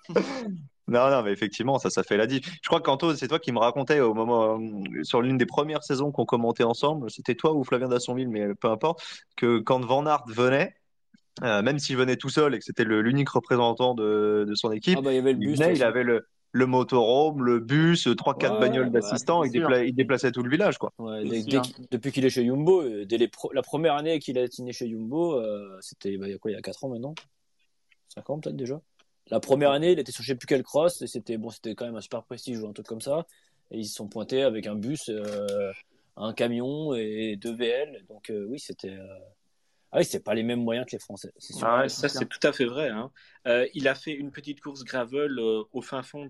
Speaker 4: Non, non, mais effectivement, ça fait la diff. Je crois qu'Anto, c'est toi qui me racontais au moment, sur l'une des premières saisons qu'on commentait ensemble, c'était toi ou Flavien Dassonville, mais peu importe, que quand Van Aert venait, même s'il venait tout seul et que c'était l'unique représentant de son équipe,
Speaker 6: Ah, bah, il y avait le
Speaker 4: il
Speaker 6: bus, de toute
Speaker 4: venait, il
Speaker 6: façon.
Speaker 4: avait le motorhome, le bus, trois,
Speaker 6: Ouais,
Speaker 4: quatre bagnoles
Speaker 6: bah,
Speaker 4: d'assistants,
Speaker 5: C'est sûr,
Speaker 4: il déplaçait tout le village, quoi.
Speaker 6: ouais,
Speaker 5: c'est sûr.
Speaker 6: depuis qu'il est chez Jumbo, la première année qu'il a signé chez Jumbo, c'était bah, il y a quoi, il y a 4 ans maintenant? 5 ans peut-être déjà. La première année, il était sur je sais plus quel cross, et c'était quand même un super prestige ou un truc comme ça. Et ils se sont pointés avec un bus, un camion et 2 VL. Donc oui, ah oui, c'est pas les mêmes moyens que les Français, c'est sûr.
Speaker 5: Ah ouais, c'est
Speaker 9: Ça,
Speaker 5: sûr.
Speaker 9: c'est tout à fait vrai. Hein. Il a fait une petite course gravel au fin fond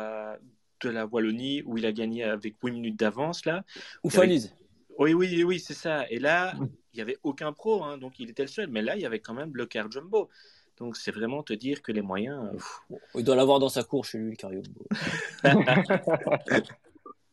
Speaker 9: de la Wallonie où il a gagné avec 8 minutes d'avance. Là.
Speaker 6: Ou
Speaker 9: Il y avait-
Speaker 6: Falize.
Speaker 9: Oui, c'est ça. Et là, il n'y avait aucun pro, hein, donc il était le seul. Mais là, il y avait quand même le car Jumbo. Donc c'est vraiment te dire que les moyens.
Speaker 6: Bon, il doit l'avoir dans sa cour chez lui, le Cario.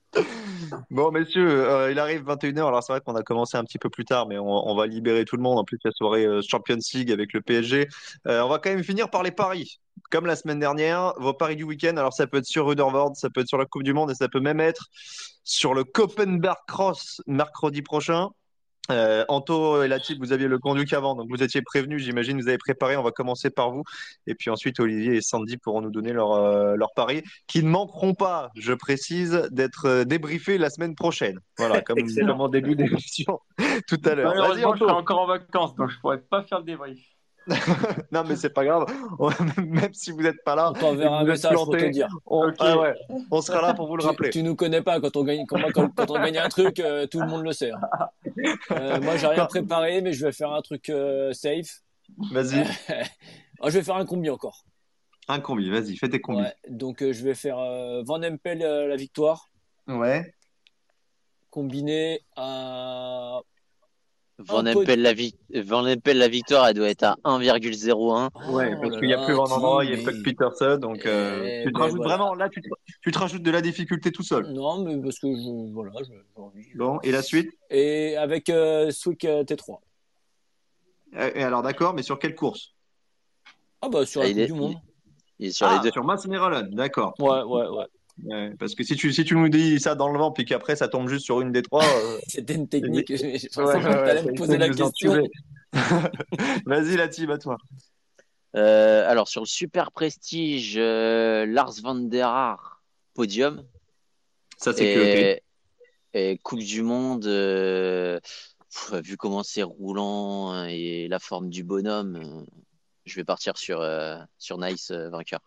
Speaker 4: Bon, messieurs, il arrive 21h. Alors, c'est vrai qu'on a commencé un petit peu plus tard, mais on va libérer tout le monde. En plus, la soirée Champions League avec le PSG. On va quand même finir par les paris. Comme la semaine dernière, vos paris du week-end. Alors, ça peut être sur Ruddervoort, ça peut être sur la Coupe du Monde et ça peut même être sur le Koppenberg Cross mercredi prochain. Anto et Latib, vous aviez le conduit qu'avant, donc vous étiez prévenus, j'imagine, vous avez préparé. On va commencer par vous. Et puis ensuite, Olivier et Sandy pourront nous donner leur paris, qui ne manqueront pas, je précise, d'être débriefés la semaine prochaine. Voilà, comme en début d'émission tout à l'heure. Vas-y,
Speaker 5: Malheureusement, je
Speaker 4: Anto.
Speaker 5: serai encore en vacances, donc je pourrais pas faire le débrief.
Speaker 4: Non, mais c'est pas grave. Même si vous n'êtes pas là,
Speaker 6: On t'enverra
Speaker 4: et
Speaker 6: un
Speaker 4: que vous êtes
Speaker 6: message pour te
Speaker 4: planté,
Speaker 6: dire.
Speaker 5: Ok.
Speaker 4: ouais, on sera là pour vous le rappeler.
Speaker 6: Tu nous connais pas quand on gagne, quand on gagne un truc, tout le monde le sait. Moi, j'ai rien préparé, mais je vais faire un truc safe.
Speaker 4: Vas-y,
Speaker 6: Je vais faire un combi encore.
Speaker 4: un combi, vas-y, fais tes combis.
Speaker 6: Ouais, donc je vais faire Van Empel la victoire,
Speaker 4: Ouais.
Speaker 6: combiné à
Speaker 7: Van
Speaker 6: Un peu-
Speaker 7: Empel, la victoire, elle doit être à 1,01.
Speaker 4: Ouais,
Speaker 6: Oh
Speaker 4: parce
Speaker 6: là
Speaker 4: qu'il n'y a
Speaker 6: là,
Speaker 4: plus Van Android, il n'y a
Speaker 6: Tim,
Speaker 4: plus que Peterson, donc tu te
Speaker 6: ben
Speaker 4: rajoutes
Speaker 6: voilà.
Speaker 4: vraiment, là, tu te rajoutes de la difficulté tout seul.
Speaker 6: Non, mais parce que j'ai envie.
Speaker 4: Bon, et la suite?
Speaker 6: Et avec Swick T3.
Speaker 4: Et alors, d'accord, mais sur quelle course?
Speaker 6: Ah bah sur la
Speaker 7: Il
Speaker 6: Coupe
Speaker 7: est,
Speaker 6: du Monde.
Speaker 7: il est sur les deux.
Speaker 4: Sur Massenet-Rollin, d'accord.
Speaker 6: Ouais.
Speaker 4: Ouais, parce que si tu nous dis ça dans le vent, puis qu'après ça tombe juste sur une des trois,
Speaker 6: C'était une technique. J'ai
Speaker 4: ouais,
Speaker 6: pensé que t'allais me poser la
Speaker 4: nous en
Speaker 6: question.
Speaker 4: tuer. Vas-y, la team, à toi.
Speaker 7: Alors, sur le Super Prestige, Lars van der Haar, podium.
Speaker 4: Ça, c'est que.
Speaker 7: Et Coupe du Monde, vu comment c'est roulant et la forme du bonhomme, je vais partir sur Nice vainqueur.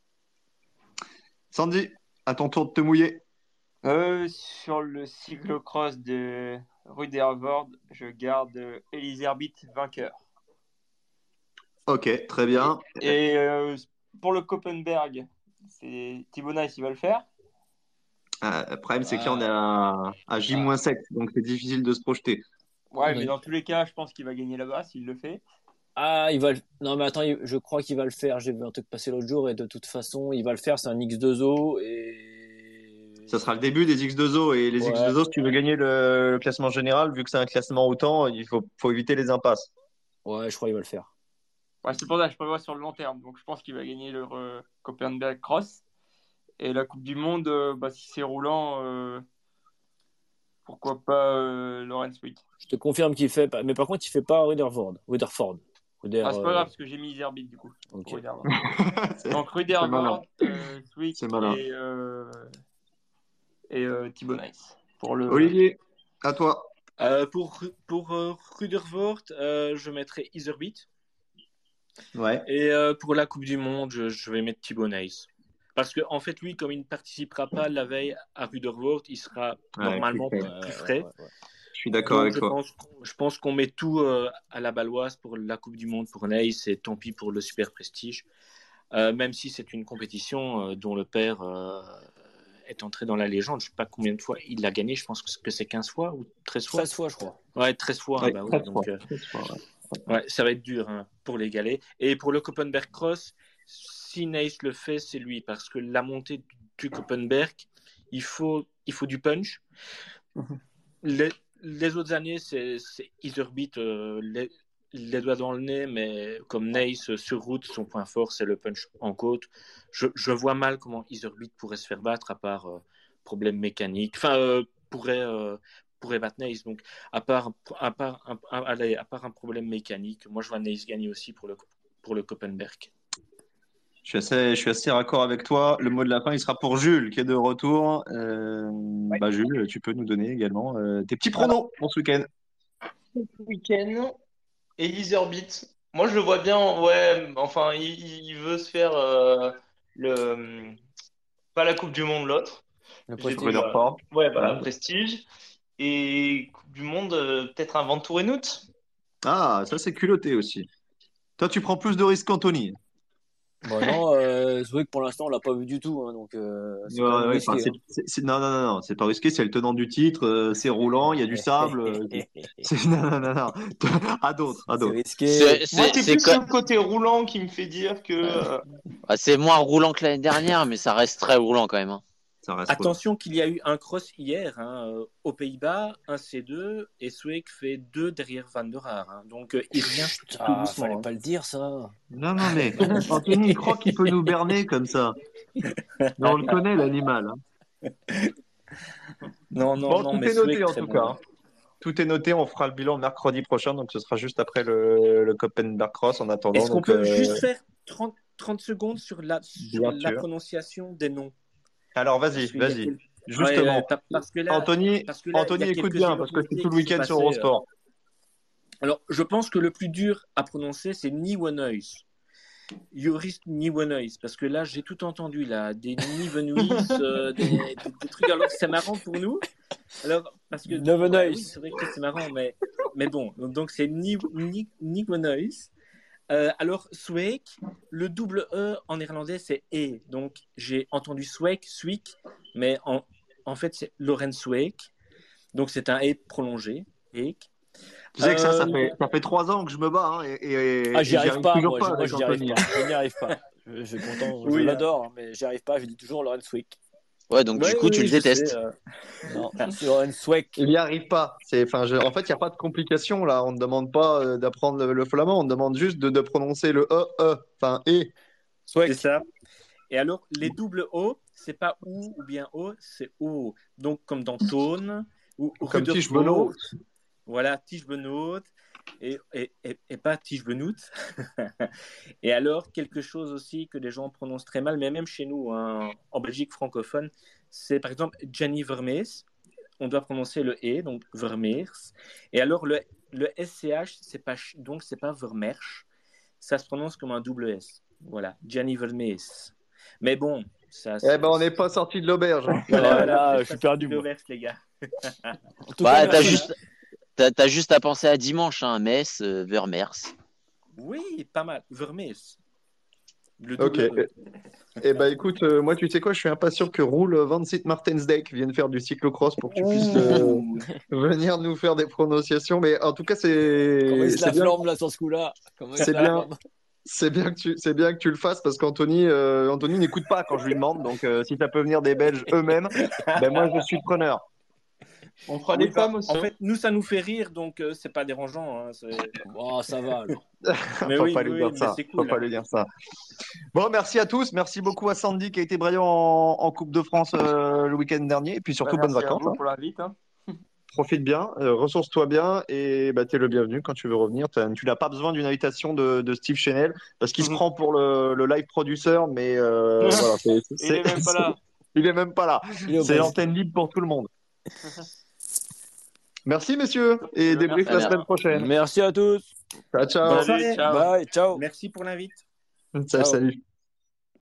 Speaker 4: Sandy, à ton tour de te mouiller.
Speaker 5: Sur le cyclocross de Ruddervoort, je garde Elise Herbit vainqueur.
Speaker 4: Ok, très bien.
Speaker 5: Et pour le Koppenberg, c'est Thibaut Nice qui va le faire.
Speaker 4: Le problème, c'est que là, on est à J-7, donc c'est difficile de se projeter.
Speaker 5: Ouais,
Speaker 6: Oui.
Speaker 5: mais dans tous les cas, je pense qu'il va gagner là-bas s'il le fait.
Speaker 6: Non, mais attends, je crois qu'il va le faire. J'ai vu un truc passer l'autre jour et de toute façon, il va le faire. C'est un X2O et.
Speaker 4: Ça sera le début des X2O et les
Speaker 6: Ouais.
Speaker 4: X2O, si tu veux gagner le classement général, vu que c'est un classement autant, il faut éviter les impasses.
Speaker 6: Ouais, je crois qu'il va le faire.
Speaker 5: Ouais, c'est pour ça que je prévois sur le long terme. Donc je pense qu'il va gagner le Koppenberg Cross. Et la Coupe du Monde, si c'est roulant, pourquoi pas Lawrence Wick.
Speaker 6: Je te confirme qu'il fait pas. Mais par contre, il fait pas Rudderford.
Speaker 5: C'est pas grave parce que j'ai mis Zerbit du coup.
Speaker 6: Ok.
Speaker 5: Ruddervoort.
Speaker 4: C'est
Speaker 5: Donc
Speaker 4: malin.
Speaker 5: Ruddervoort, Swick
Speaker 4: C'est malin.
Speaker 5: et Thibaut Nice. Pour le...
Speaker 4: Olivier, à toi.
Speaker 9: Pour Ruddervoort, je mettrai Iserbyt.
Speaker 4: Ouais.
Speaker 9: Et pour la Coupe du Monde, je vais mettre Thibaut Nice. Parce que en fait, lui, comme il ne participera pas la veille à Ruddervoort, il sera normalement
Speaker 4: plus
Speaker 9: plus frais.
Speaker 4: Je suis d'accord avec toi.
Speaker 9: Je pense qu'on met tout à la baloise pour la Coupe du Monde pour Nice et tant pis pour le Super Prestige. Même si c'est une compétition dont le père est entré dans la légende. Je ne sais pas combien de fois il l'a gagné. Je pense que c'est 15 fois ou 13 fois.
Speaker 6: 13 fois, je crois.
Speaker 9: Ouais, 13 fois.
Speaker 4: Ouais,
Speaker 9: bah ouais,
Speaker 4: 13
Speaker 9: donc,
Speaker 4: fois. 13 fois, ouais.
Speaker 9: ouais, ça va être dur pour l'égaler. Et pour le Koppenberg Cross, si Nice le fait, c'est lui. Parce que la montée du Koppenberg, il faut du punch. Les autres années, c'est Iserbyt, les doigts dans le nez, mais comme Nice sur route, son point fort, c'est le punch en côte. Je vois mal comment Iserbyt pourrait se faire battre, à part problème mécanique. Enfin, pourrait battre Nice. Donc, à part un problème mécanique, moi, je vois Nice gagner aussi pour le Koppenberg.
Speaker 4: Je suis assez raccord avec toi. Le mot de la fin, il sera pour Jules, qui est de retour. Jules, tu peux nous donner également tes petits pronos pour ce week-end.
Speaker 8: Week-end, Elise Herbit. Moi, je le vois bien. Ouais, enfin, il veut se faire pas la Coupe du Monde, l'autre.
Speaker 6: Le
Speaker 8: J'ai
Speaker 6: Prestige.
Speaker 8: dit,
Speaker 4: Prestige.
Speaker 8: voilà, Prestige. Et Coupe du Monde, peut-être un Ventoux et Nout.
Speaker 4: Ah, ça c'est culotté aussi. Toi, tu prends plus de risques qu'Anthony.
Speaker 6: Bon, non, c'est vrai que pour l'instant, on l'a pas vu du tout. Donc, c'est quand même risqué.
Speaker 4: Non, c'est pas risqué, c'est le tenant du titre, c'est roulant, il y a du sable. Non. À d'autres.
Speaker 6: C'est risqué.
Speaker 8: Moi, c'est plus le côté roulant qui me fait dire que.
Speaker 7: C'est moins roulant que l'année dernière, mais ça reste très roulant quand même.
Speaker 4: Ça reste
Speaker 9: Attention qu'il y a eu un cross hier aux Pays-Bas, un C2, et Sweek fait 2 derrière Van der Haar. Donc il revient tout doucement.
Speaker 6: Fallait pas le dire ça.
Speaker 4: Non, mais Anthony, il croit qu'il peut nous berner comme ça. Mais on le connaît, l'animal.
Speaker 9: Non,
Speaker 4: Tout
Speaker 9: mais
Speaker 4: est noté
Speaker 9: Sweek,
Speaker 4: en
Speaker 9: très
Speaker 4: tout
Speaker 9: bon.
Speaker 4: cas. Tout est noté, on fera le bilan mercredi prochain, donc ce sera juste après le Koppenberg Cross en attendant.
Speaker 9: Est-ce qu'on peut juste faire 30 secondes sur la
Speaker 4: Bien sûr.
Speaker 9: prononciation des noms?
Speaker 4: Alors vas-y. Justement.
Speaker 9: Parce que là,
Speaker 4: Anthony,
Speaker 9: il y a
Speaker 4: écoute
Speaker 9: quelques
Speaker 4: bien, parce que c'est tout le
Speaker 9: irrégularités
Speaker 4: week-end
Speaker 9: qui
Speaker 4: sur
Speaker 9: sont passées,
Speaker 4: Eurosport.
Speaker 9: Alors, je pense que le plus dur à prononcer, c'est Nieuwenhuis. Joris Nieuwenhuis, parce que là, j'ai tout entendu, là, des Nieuwenhuis, des trucs. Alors, c'est marrant pour nous. Alors, parce que
Speaker 6: Nieuwenhuis.
Speaker 9: oui, c'est vrai que c'est marrant, mais bon, donc c'est Nieuwenhuis. Alors, Sweek, le double E en néerlandais, c'est E. Donc, j'ai entendu Sweek, mais en fait, c'est Loren Sweek. Donc, c'est un E prolongé. Eek.
Speaker 4: Tu sais que ça fait 3 ans que je me bats, et
Speaker 6: J'y arrive pas,
Speaker 4: toujours
Speaker 6: moi,
Speaker 4: avec
Speaker 6: je n'y arrive
Speaker 4: Anthony.
Speaker 6: pas. Je n'y arrive pas. Je
Speaker 9: Oui,
Speaker 6: l'adore, hein, mais j'y arrive pas. Je dis toujours Loren Sweek.
Speaker 7: Ouais, donc du coup, tu le
Speaker 9: je
Speaker 7: détestes.
Speaker 9: sais,
Speaker 6: Non, c'est Loren Sweek.
Speaker 4: Il n'y arrive pas. En fait, il n'y a pas de complication là. On ne demande pas d'apprendre le flamand, on demande juste de prononcer le enfin, E.
Speaker 9: c'est ça. Et alors, les doubles O, c'est pas ou bien O, c'est O. Donc, comme dans Tone ou
Speaker 4: Comme
Speaker 9: Rudolf
Speaker 4: Tischbenoot.
Speaker 9: Voilà, Tischbenoot et pas Tischbenoot. Et alors, quelque chose aussi que les gens prononcent très mal, mais même chez nous, en Belgique francophone, c'est par exemple Gianni Vermeers. On doit prononcer le E, donc Vermeers. Et alors, le SCH, c'est pas Vermeersch. Ça se prononce comme un double S. Voilà, Gianni Vermeers. Mais bon, ça.
Speaker 4: On n'est pas sorti de l'auberge.
Speaker 6: Voilà, je suis perdu. Moi.
Speaker 9: Les gars.
Speaker 6: En tout cas, merci.
Speaker 7: T'as juste à penser à dimanche, Metz, Vermeers.
Speaker 9: Oui, pas mal. Vermeers.
Speaker 4: Ok. Écoute, moi, tu sais quoi, je suis impatient que roule Van Sint Maartensdijk vienne faire du cyclocross pour que tu puisses venir nous faire des prononciations. Mais en tout cas,
Speaker 6: Comment il se la
Speaker 4: bien.
Speaker 6: flambe là sur ce coup-là.
Speaker 4: C'est bien que tu le fasses parce qu'Anthony n'écoute pas quand je lui demande. Donc, si ça peut venir des Belges eux-mêmes, moi, je suis preneur.
Speaker 8: On fera des femmes aussi.
Speaker 9: En fait, nous, ça nous fait rire, donc c'est pas dérangeant.
Speaker 6: Oh, ça va alors.
Speaker 4: Faut pas lui dire ça. Bon, merci à tous. Merci beaucoup à Sandy qui a été brillant en Coupe de France le week-end dernier. Et puis surtout, bonnes vacances.
Speaker 5: Merci à vous pour l'invite.
Speaker 4: Profite bien, ressource-toi bien et t'es le bienvenu quand tu veux revenir. Tu n'as pas besoin d'une invitation de Steve Chenel parce qu'il se prend pour le live producer, mais voilà,
Speaker 5: il est même pas là.
Speaker 4: Il est même pas là. C'est l'antenne libre pour tout le monde. Merci messieurs et débrief la semaine prochaine.
Speaker 6: Merci à tous.
Speaker 4: Ciao.
Speaker 9: Bonne soirée.
Speaker 6: Bye, ciao.
Speaker 9: Merci pour l'invite.
Speaker 4: Salut.